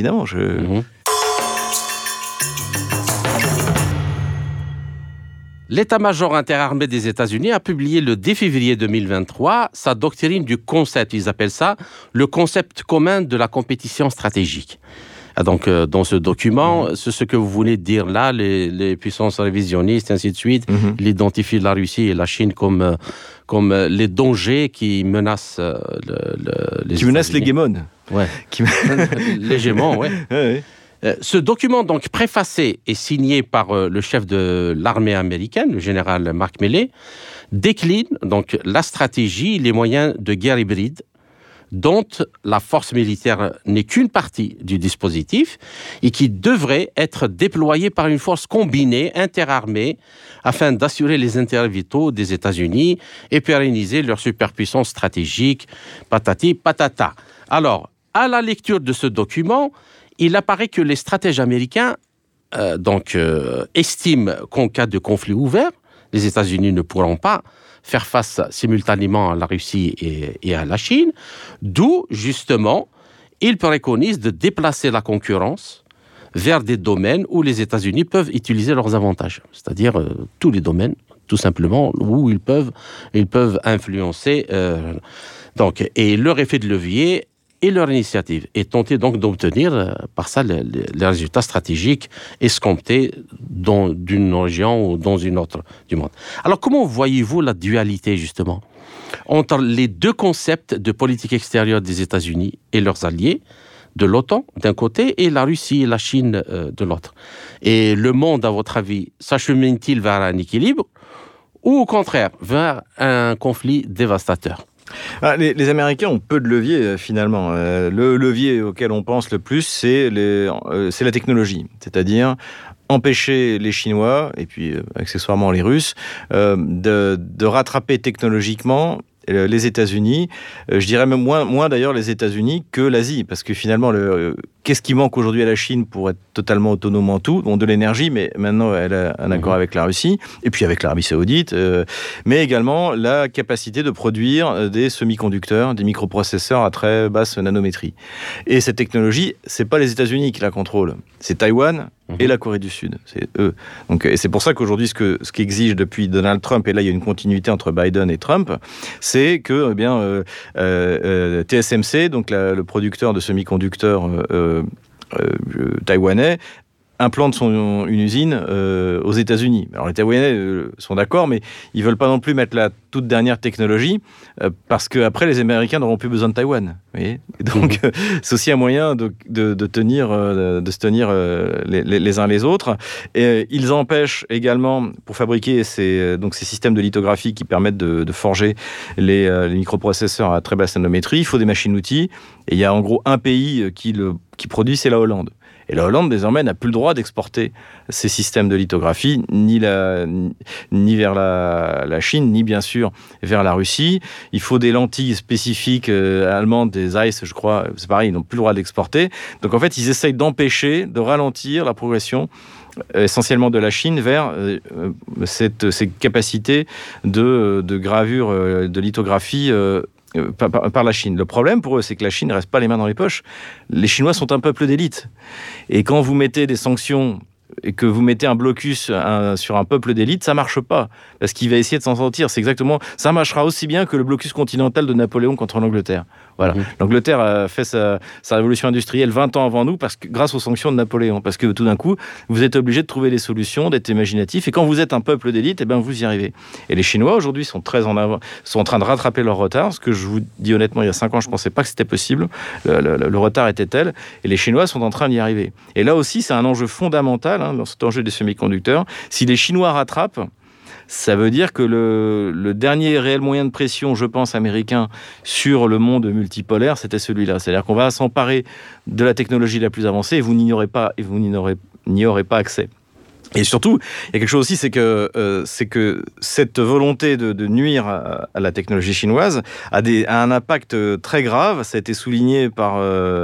L'état-major interarmé des États-Unis a publié le 10 février 2023 sa doctrine du concept, ils appellent ça le concept commun de la compétition stratégique. Donc, dans ce document, c'est ce que vous venez de dire là, les puissances révisionnistes, ainsi de suite, il identifie la Russie et la Chine comme comme les dangers qui menacent
qui menacent l'hégémone.
Ouais. L'hégémon, ouais.
Ouais.
Ce document, donc préfacé et signé par le chef de l'armée américaine, le général Mark Milley, décline donc la stratégie, les moyens de guerre hybride, dont la force militaire n'est qu'une partie du dispositif et qui devrait être déployée par une force combinée, interarmée, afin d'assurer les intérêts vitaux des États-Unis et pérenniser leur superpuissance stratégique, patati patata. Alors, à la lecture de ce document, il apparaît que les stratèges américains estiment qu'en cas de conflit ouvert, les États-Unis ne pourront pas faire face simultanément à la Russie et à la Chine, d'où, justement, ils préconisent de déplacer la concurrence vers des domaines où les États-Unis peuvent utiliser leurs avantages, c'est-à-dire tous les domaines, tout simplement, où ils peuvent influencer. Et leur effet de levier et leur initiative, et tenter donc d'obtenir par ça les résultats stratégiques escomptés d'une région ou dans une autre du monde. Alors comment voyez-vous la dualité justement entre les deux concepts de politique extérieure des États-Unis et leurs alliés, de l'OTAN d'un côté et la Russie et la Chine de l'autre? Et le monde, à votre avis, s'achemine-t-il vers un équilibre ou au contraire vers un conflit dévastateur?
Les Américains ont peu de leviers, finalement. Le levier auquel on pense le plus, c'est la technologie. C'est-à-dire empêcher les Chinois, et puis accessoirement les Russes, de rattraper technologiquement les États-Unis. Je dirais même moins d'ailleurs les États-Unis que l'Asie, parce que finalement, qu'est-ce qui manque aujourd'hui à la Chine pour être totalement autonome en tout? Bon, de l'énergie, mais maintenant elle a un accord avec la Russie, et puis avec l'Arabie Saoudite, mais également la capacité de produire des semi-conducteurs, des microprocesseurs à très basse nanométrie. Et cette technologie, c'est pas les États-Unis qui la contrôlent, c'est Taïwan et la Corée du Sud, c'est eux. Donc, et c'est pour ça qu'aujourd'hui, ce qu'exige depuis Donald Trump, et là il y a une continuité entre Biden et Trump, c'est que TSMC, donc le producteur de semi-conducteurs taïwanais, implante une usine aux États-Unis. Alors les Taïwanais sont d'accord, mais ils veulent pas non plus mettre la toute dernière technologie parce que après les Américains n'auront plus besoin de Taïwan. Vous voyez, et donc c'est aussi un moyen de se tenir les uns les autres. Et ils empêchent également, pour fabriquer ces systèmes de lithographie qui permettent de forger les microprocesseurs à très basse nanométrie, il faut des machines-outils. Et il y a en gros un pays qui produit, c'est la Hollande. Et la Hollande, désormais, n'a plus le droit d'exporter ces systèmes de lithographie, ni vers la Chine, ni bien sûr vers la Russie. Il faut des lentilles spécifiques allemandes, des Zeiss, je crois, c'est pareil, ils n'ont plus le droit d'exporter. Donc en fait, ils essayent d'empêcher, de ralentir la progression essentiellement de la Chine vers ces capacités de gravure, de lithographie par la Chine. Le problème pour eux, c'est que la Chine ne reste pas les mains dans les poches. Les Chinois sont un peuple d'élite. Et quand vous mettez des sanctions et que vous mettez un blocus sur un peuple d'élite, ça marche pas. Parce qu'il va essayer de s'en sortir. C'est exactement... Ça marchera aussi bien que le blocus continental de Napoléon contre l'Angleterre. Voilà. L'Angleterre a fait sa révolution industrielle 20 ans avant nous grâce aux sanctions de Napoléon. Parce que tout d'un coup, vous êtes obligé de trouver des solutions, d'être imaginatif. Et quand vous êtes un peuple d'élite, vous y arrivez. Et les Chinois, aujourd'hui, sont très en avant, sont en train de rattraper leur retard. Ce que je vous dis honnêtement, il y a 5 ans, je ne pensais pas que c'était possible. Le retard était tel. Et les Chinois sont en train d'y arriver. Et là aussi, c'est un enjeu fondamental, dans cet enjeu des semi-conducteurs. Si les Chinois rattrapent, ça veut dire que le dernier réel moyen de pression, je pense, américain sur le monde multipolaire, c'était celui-là. C'est-à-dire qu'on va s'emparer de la technologie la plus avancée et vous n'y aurez pas accès. Et surtout, il y a quelque chose aussi, c'est que cette volonté de nuire à la technologie chinoise a un impact très grave. Ça a été souligné par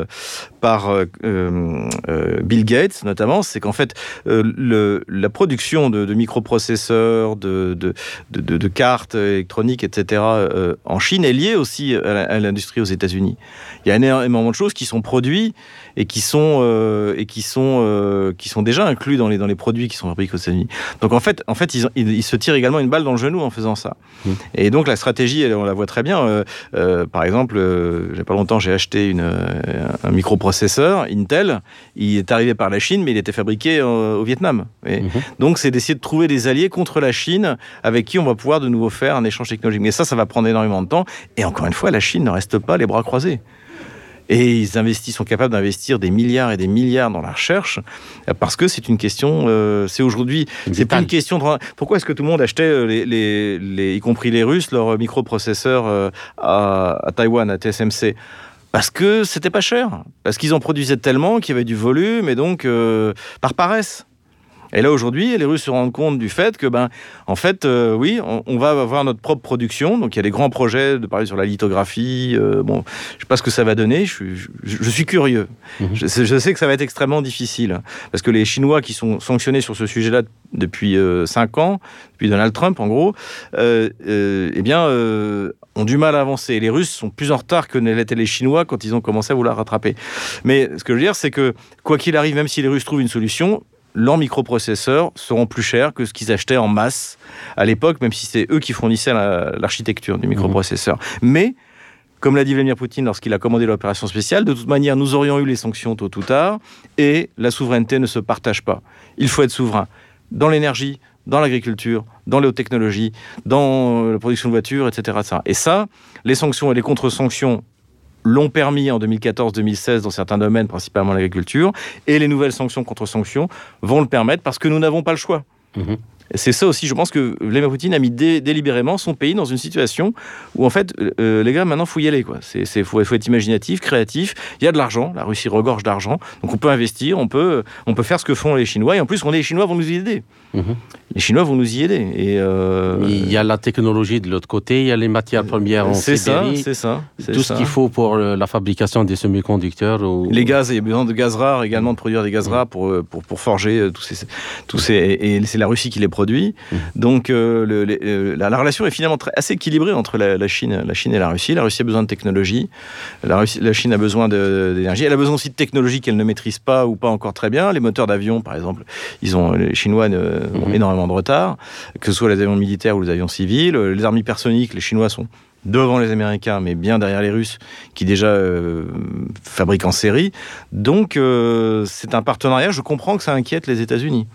Bill Gates, notamment. C'est qu'en fait, la production de microprocesseurs, de cartes électroniques, etc., en Chine est liée aussi à l'industrie aux États-Unis. Il y a énormément de choses qui sont produites et qui sont déjà inclus dans les produits qui sont fabriqués aux États-Unis. Donc en fait ils se tirent également une balle dans le genou en faisant ça. Et donc la stratégie, on la voit très bien. Par exemple, il n'y a pas longtemps, j'ai acheté un microprocesseur Intel. Il est arrivé par la Chine, mais il était fabriqué au Vietnam. Donc c'est d'essayer de trouver des alliés contre la Chine avec qui on va pouvoir de nouveau faire un échange technologique. Mais ça va prendre énormément de temps. Et encore une fois, la Chine ne reste pas les bras croisés. Et ils sont capables d'investir des milliards et des milliards dans la recherche, parce que c'est une question, c'est aujourd'hui, c'est pas une question de... Pourquoi est-ce que tout le monde achetait, y compris les Russes, leurs microprocesseurs à Taïwan, à TSMC? Parce que c'était pas cher, parce qu'ils en produisaient tellement qu'il y avait du volume, et donc par paresse. Et là, aujourd'hui, les Russes se rendent compte du fait que, en fait, oui, on va avoir notre propre production. Donc, il y a des grands projets de parler sur la lithographie. Je ne sais pas ce que ça va donner. Je suis curieux. Je sais que ça va être extrêmement difficile. Parce que les Chinois qui sont sanctionnés sur ce sujet-là depuis 5 ans, depuis Donald Trump, en gros, ont du mal à avancer. Les Russes sont plus en retard que ne l'étaient les Chinois quand ils ont commencé à vouloir rattraper. Mais ce que je veux dire, c'est que, quoi qu'il arrive, même si les Russes trouvent une solution, leurs microprocesseurs seront plus chers que ce qu'ils achetaient en masse à l'époque, même si c'est eux qui fournissaient l'architecture du microprocesseur. Mais, comme l'a dit Vladimir Poutine lorsqu'il a commandé l'opération spéciale, de toute manière, nous aurions eu les sanctions tôt ou tard, et la souveraineté ne se partage pas. Il faut être souverain dans l'énergie, dans l'agriculture, dans les hautes technologies, dans la production de voitures, etc. Et ça, les sanctions et les contre-sanctions l'ont permis en 2014-2016 dans certains domaines, principalement l'agriculture, et les nouvelles sanctions contre sanctions vont le permettre parce que nous n'avons pas le choix. Et c'est ça aussi, je pense que Vladimir Poutine a mis délibérément son pays dans une situation où, en fait, les gars, maintenant, il faut y aller, quoi. Faut être imaginatif, créatif. Il y a de l'argent, la Russie regorge d'argent, donc on peut investir, on peut faire ce que font les Chinois, et en plus, les Chinois vont nous y aider. Les Chinois vont nous y aider. Et
il y a la technologie de l'autre côté, il y a les matières premières en Sibérie.
C'est ça.
Tout ce qu'il faut pour la fabrication des semi-conducteurs.
Les gaz, il y a besoin de gaz rares également, de produire des gaz rares pour forger tous ces... Et c'est la Russie qui les produit. Donc la relation est finalement assez équilibrée entre la Chine et la Russie. La Russie a besoin de technologie. La Chine a besoin d'énergie. Elle a besoin aussi de technologies qu'elle ne maîtrise pas ou pas encore très bien. Les moteurs d'avion, par exemple, les Chinois ont énormément de retard, que ce soit les avions militaires ou les avions civils. Les armes hypersoniques, les Chinois sont devant les Américains, mais bien derrière les Russes, qui déjà fabriquent en série. Donc, c'est un partenariat. Je comprends que ça inquiète les États-Unis.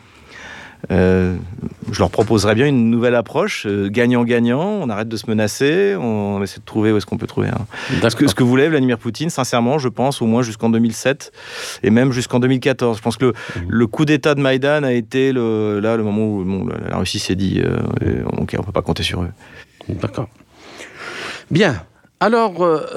Je leur proposerais bien une nouvelle approche, gagnant-gagnant, on arrête de se menacer, on essaie de trouver où est-ce qu'on peut trouver. Ce que voulait Vladimir Poutine, sincèrement, je pense, au moins jusqu'en 2007, et même jusqu'en 2014. Je pense que le coup d'État de Maïdan a été le moment où la Russie s'est dit, ok, on ne peut pas compter sur eux.
D'accord. Bien. Alors,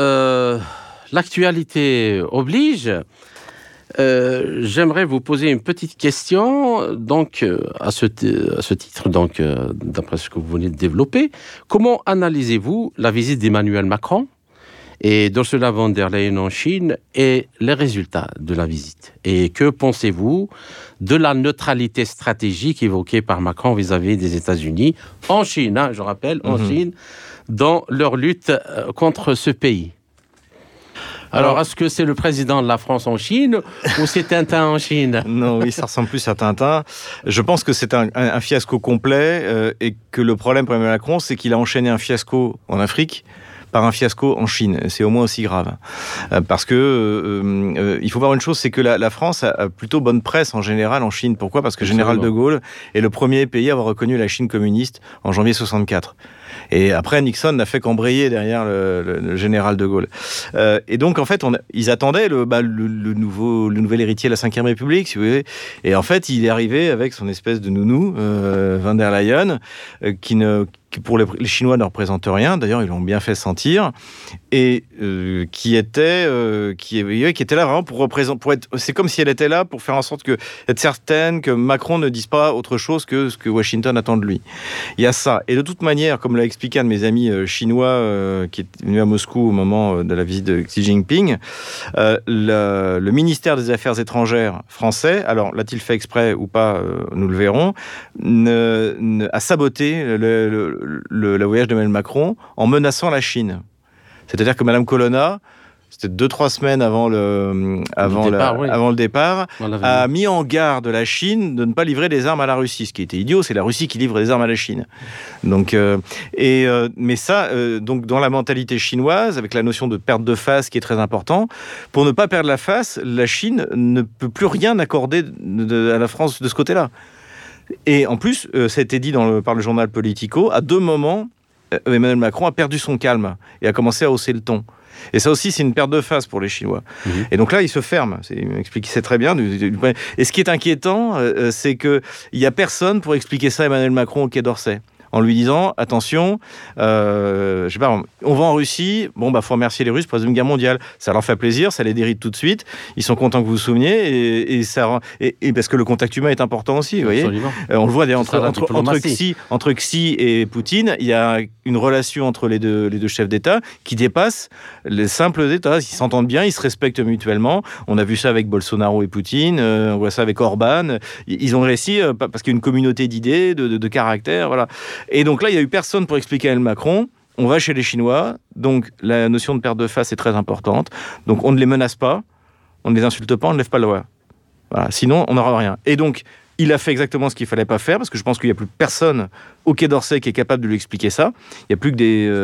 l'actualité oblige. J'aimerais vous poser une petite question, donc à ce titre, donc d'après ce que vous venez de développer, comment analysez-vous la visite d'Emmanuel Macron et d'Ursula von der Leyen en Chine et les résultats de la visite? Et que pensez-vous de la neutralité stratégique évoquée par Macron vis-à-vis des États-Unis en Chine, je rappelle, en Chine, dans leur lutte contre ce pays? Alors, est-ce que c'est le président de la France en Chine ou c'est Tintin en Chine?
Non, oui, ça ressemble plus à Tintin. Je pense que c'est un fiasco complet et que le problème pour Emmanuel Macron, c'est qu'il a enchaîné un fiasco en Afrique par un fiasco en Chine. C'est au moins aussi grave. Parce que il faut voir une chose, c'est que la France a plutôt bonne presse en général en Chine. Pourquoi? Parce que Général de Gaulle est le premier pays à avoir reconnu la Chine communiste en janvier 64. Et après, Nixon n'a fait qu'embrayer derrière le général de Gaulle. Et donc, en fait, ils attendaient le nouvel héritier de la Ve République, si vous voulez. Et en fait, il est arrivé avec son espèce de nounou, von der Leyen, qui pour les Chinois ne représente rien. D'ailleurs, ils l'ont bien fait sentir. Et qui était là vraiment pour être... C'est comme si elle était là pour faire en sorte être certaine que Macron ne dise pas autre chose que ce que Washington attend de lui. Il y a ça. Et de toute manière, comme l'a expliqué un de mes amis chinois qui est venu à Moscou au moment de la visite de Xi Jinping, le ministère des Affaires étrangères français, alors l'a-t-il fait exprès ou pas, nous le verrons, a saboté le voyage d'Emmanuel Macron en menaçant la Chine. C'est-à-dire que Mme Colonna c'était 2-3 semaines avant le départ, a mis en garde la Chine de ne pas livrer des armes à la Russie. Ce qui était idiot, c'est la Russie qui livre des armes à la Chine. Donc, mais ça, donc dans la mentalité chinoise, avec la notion de perte de face qui est très important, pour ne pas perdre la face, la Chine ne peut plus rien accorder à la France de ce côté-là. Et en plus, ça a été dit par le journal Politico, à 2 moments, Emmanuel Macron a perdu son calme et a commencé à hausser le ton. Et ça aussi, c'est une perte de face pour les Chinois. Et donc là, il se ferme. Il m'expliquait très bien. Et ce qui est inquiétant, c'est qu'il n'y a personne pour expliquer ça à Emmanuel Macron au Quai d'Orsay, en lui disant, attention, je sais pas, on va en Russie, faut remercier les Russes pour la Deuxième Guerre mondiale. Ça leur fait plaisir, ça les déride tout de suite. Ils sont contents que vous vous souveniez, et parce que le contact humain est important aussi, vous voyez. On le voit d'ailleurs entre Xi et Poutine, il y a une relation entre les deux chefs d'État qui dépasse les simples États. Ils s'entendent bien, ils se respectent mutuellement. On a vu ça avec Bolsonaro et Poutine, on voit ça avec Orban. Ils ont réussi parce qu'il y a une communauté d'idées, de caractères, voilà. Et donc là, il n'y a eu personne pour expliquer à Emmanuel Macron. On va chez les Chinois, donc la notion de perte de face est très importante. Donc on ne les menace pas, on ne les insulte pas, on ne lève pas la voix. Voilà. Sinon, on n'aura rien. Et donc, il a fait exactement ce qu'il ne fallait pas faire, parce que je pense qu'il n'y a plus personne au Quai d'Orsay qui est capable de lui expliquer ça. Il n'y a plus que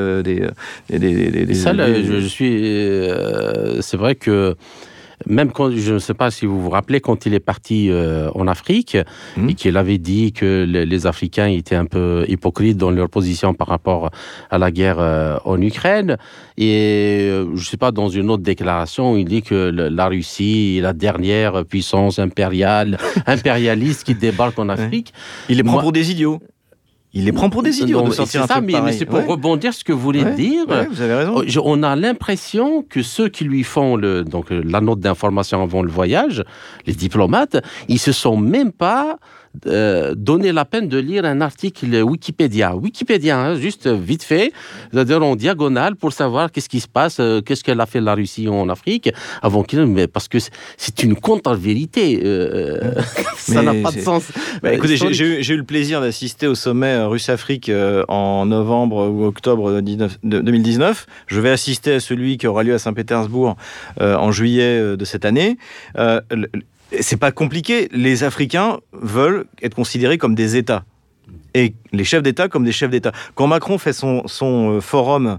c'est vrai que même quand, je ne sais pas si vous vous rappelez, quand il est parti en Afrique, et qu'il avait dit que les Africains étaient un peu hypocrites dans leur position par rapport à la guerre en Ukraine. Et je ne sais pas, dans une autre déclaration, il dit que la Russie est la dernière puissance impérialiste qui débarque en Afrique.
Il les prend pour des idiots. Il les prend pour des idiots de sortir un truc pareil.
Mais c'est pour rebondir sur ce que vous voulez dire.
Vous avez raison.
On a l'impression que ceux qui lui font la note d'information avant le voyage, les diplomates, ils se sont même pas donné la peine de lire un article Wikipédia, juste vite fait, c'est-à-dire en diagonale, pour savoir qu'est-ce qui se passe, qu'est-ce qu'elle a fait la Russie en Afrique, parce que c'est une contre-vérité. Ça n'a pas de sens.
Écoutez, j'ai eu le plaisir d'assister au sommet Russe-Afrique en novembre ou octobre 2019. Je vais assister à celui qui aura lieu à Saint-Pétersbourg en juillet de cette année. C'est pas compliqué. Les Africains veulent être considérés comme des États. Et les chefs d'État comme des chefs d'État. Quand Macron fait son forum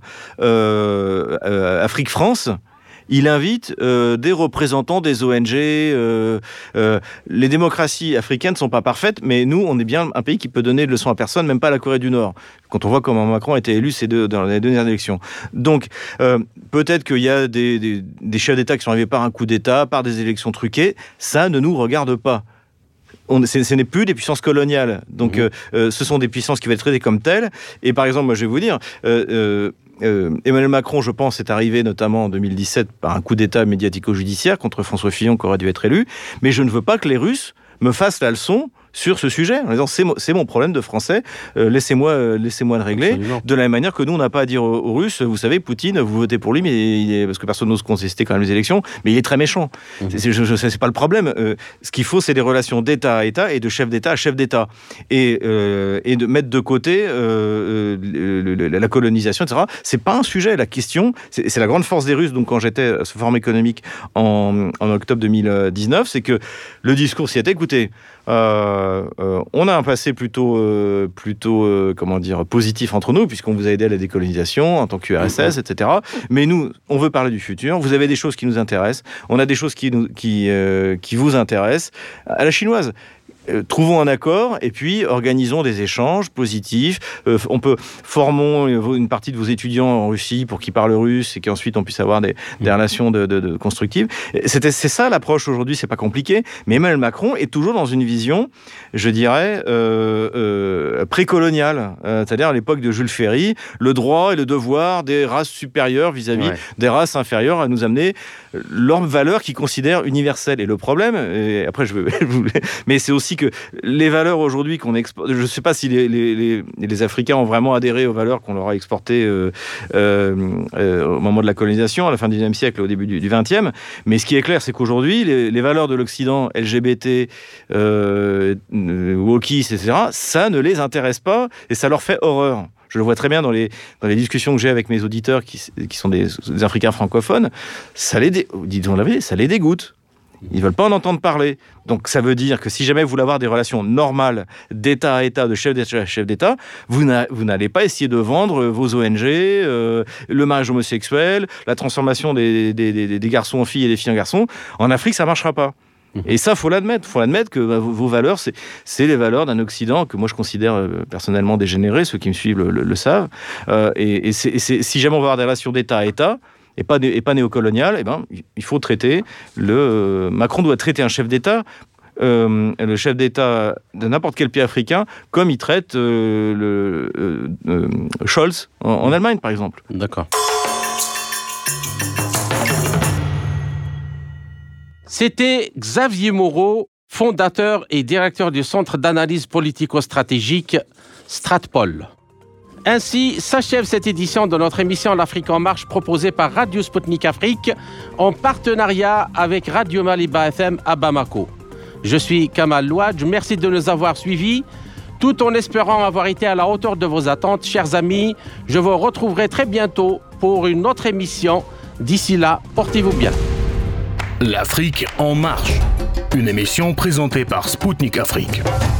Afrique-France, il invite des représentants des ONG. Les démocraties africaines ne sont pas parfaites, mais nous, on est bien un pays qui peut donner de leçons à personne, même pas à la Corée du Nord, quand on voit comment Macron a été élu dans les dernières élections. Donc, peut-être qu'il y a des chefs d'État qui sont arrivés par un coup d'État, par des élections truquées. Ça ne nous regarde pas. Ce n'est plus des puissances coloniales. Donc, ce sont des puissances qui vont être traitées comme telles. Et par exemple, moi, je vais vous dire... Emmanuel Macron, je pense, est arrivé notamment en 2017 par un coup d'État médiatico-judiciaire contre François Fillon qui aurait dû être élu. Mais je ne veux pas que les Russes me fassent la leçon sur ce sujet, en disant c'est mon problème de français, laissez-moi le régler. Absolument. De la même manière que nous, on n'a pas à dire aux Russes, vous savez, Poutine, vous votez pour lui, mais parce que personne n'ose contester quand même les élections, mais il est très méchant. C'est pas le problème. Ce qu'il faut, c'est des relations d'État à État et de chef d'État à chef d'État. Et de mettre de côté la colonisation, etc. C'est pas un sujet. La question, c'est la grande force des Russes, donc quand j'étais à ce forum économique en octobre 2019, c'est que le discours s'y était, écoutez, on a un passé plutôt positif entre nous, puisqu'on vous a aidé à la décolonisation en tant qu'URSS, etc. Mais nous, on veut parler du futur. Vous avez des choses qui nous intéressent. On a des choses qui vous intéressent. À la chinoise. Trouvons un accord et puis organisons des échanges positifs. Formons une partie de vos étudiants en Russie pour qu'ils parlent russe et qu'ensuite on puisse avoir des relations de constructives. C'est ça l'approche aujourd'hui, c'est pas compliqué. Mais Emmanuel Macron est toujours dans une vision, je dirais, précoloniale. C'est-à-dire à l'époque de Jules Ferry, le droit et le devoir des races supérieures vis-à-vis des races inférieures à nous amener leurs valeurs qu'ils considèrent universelles. Et le problème, et après mais c'est aussi que les valeurs aujourd'hui qu'on exporte, je ne sais pas si les Africains ont vraiment adhéré aux valeurs qu'on leur a exportées au moment de la colonisation, à la fin du XIXe siècle, au début du XXe, mais ce qui est clair, c'est qu'aujourd'hui, les valeurs de l'Occident, LGBT, wokistes, etc., ça ne les intéresse pas et ça leur fait horreur. Je le vois très bien dans les discussions que j'ai avec mes auditeurs qui sont des Africains francophones. Ça les dégoûte. Ils ne veulent pas en entendre parler. Donc ça veut dire que si jamais vous voulez avoir des relations normales d'État à État, de chef d'État à chef d'État, vous n'allez pas essayer de vendre vos ONG, le mariage homosexuel, la transformation des garçons en filles et des filles en garçons. En Afrique, ça ne marchera pas. Et ça, faut l'admettre. Faut admettre que vos valeurs, c'est les valeurs d'un Occident que moi je considère personnellement dégénéré. Ceux qui me suivent le savent. Et si jamais on va avoir des relations d'État à État, et pas néocolonial, il faut traiter Macron doit traiter un chef d'État, le chef d'État de n'importe quel pays africain, comme il traite Scholz en Allemagne, par exemple.
D'accord. C'était Xavier Moreau, fondateur et directeur du Centre d'analyse politico-stratégique Stratpol. Ainsi s'achève cette édition de notre émission L'Afrique en marche proposée par Radio Sputnik Afrique en partenariat avec Radio Maliba FM à Bamako. Je suis Kamal Louadj, merci de nous avoir suivis. Tout en espérant avoir été à la hauteur de vos attentes, chers amis, je vous retrouverai très bientôt pour une autre émission. D'ici là, portez-vous bien.
L'Afrique en marche, une émission présentée par Sputnik Afrique.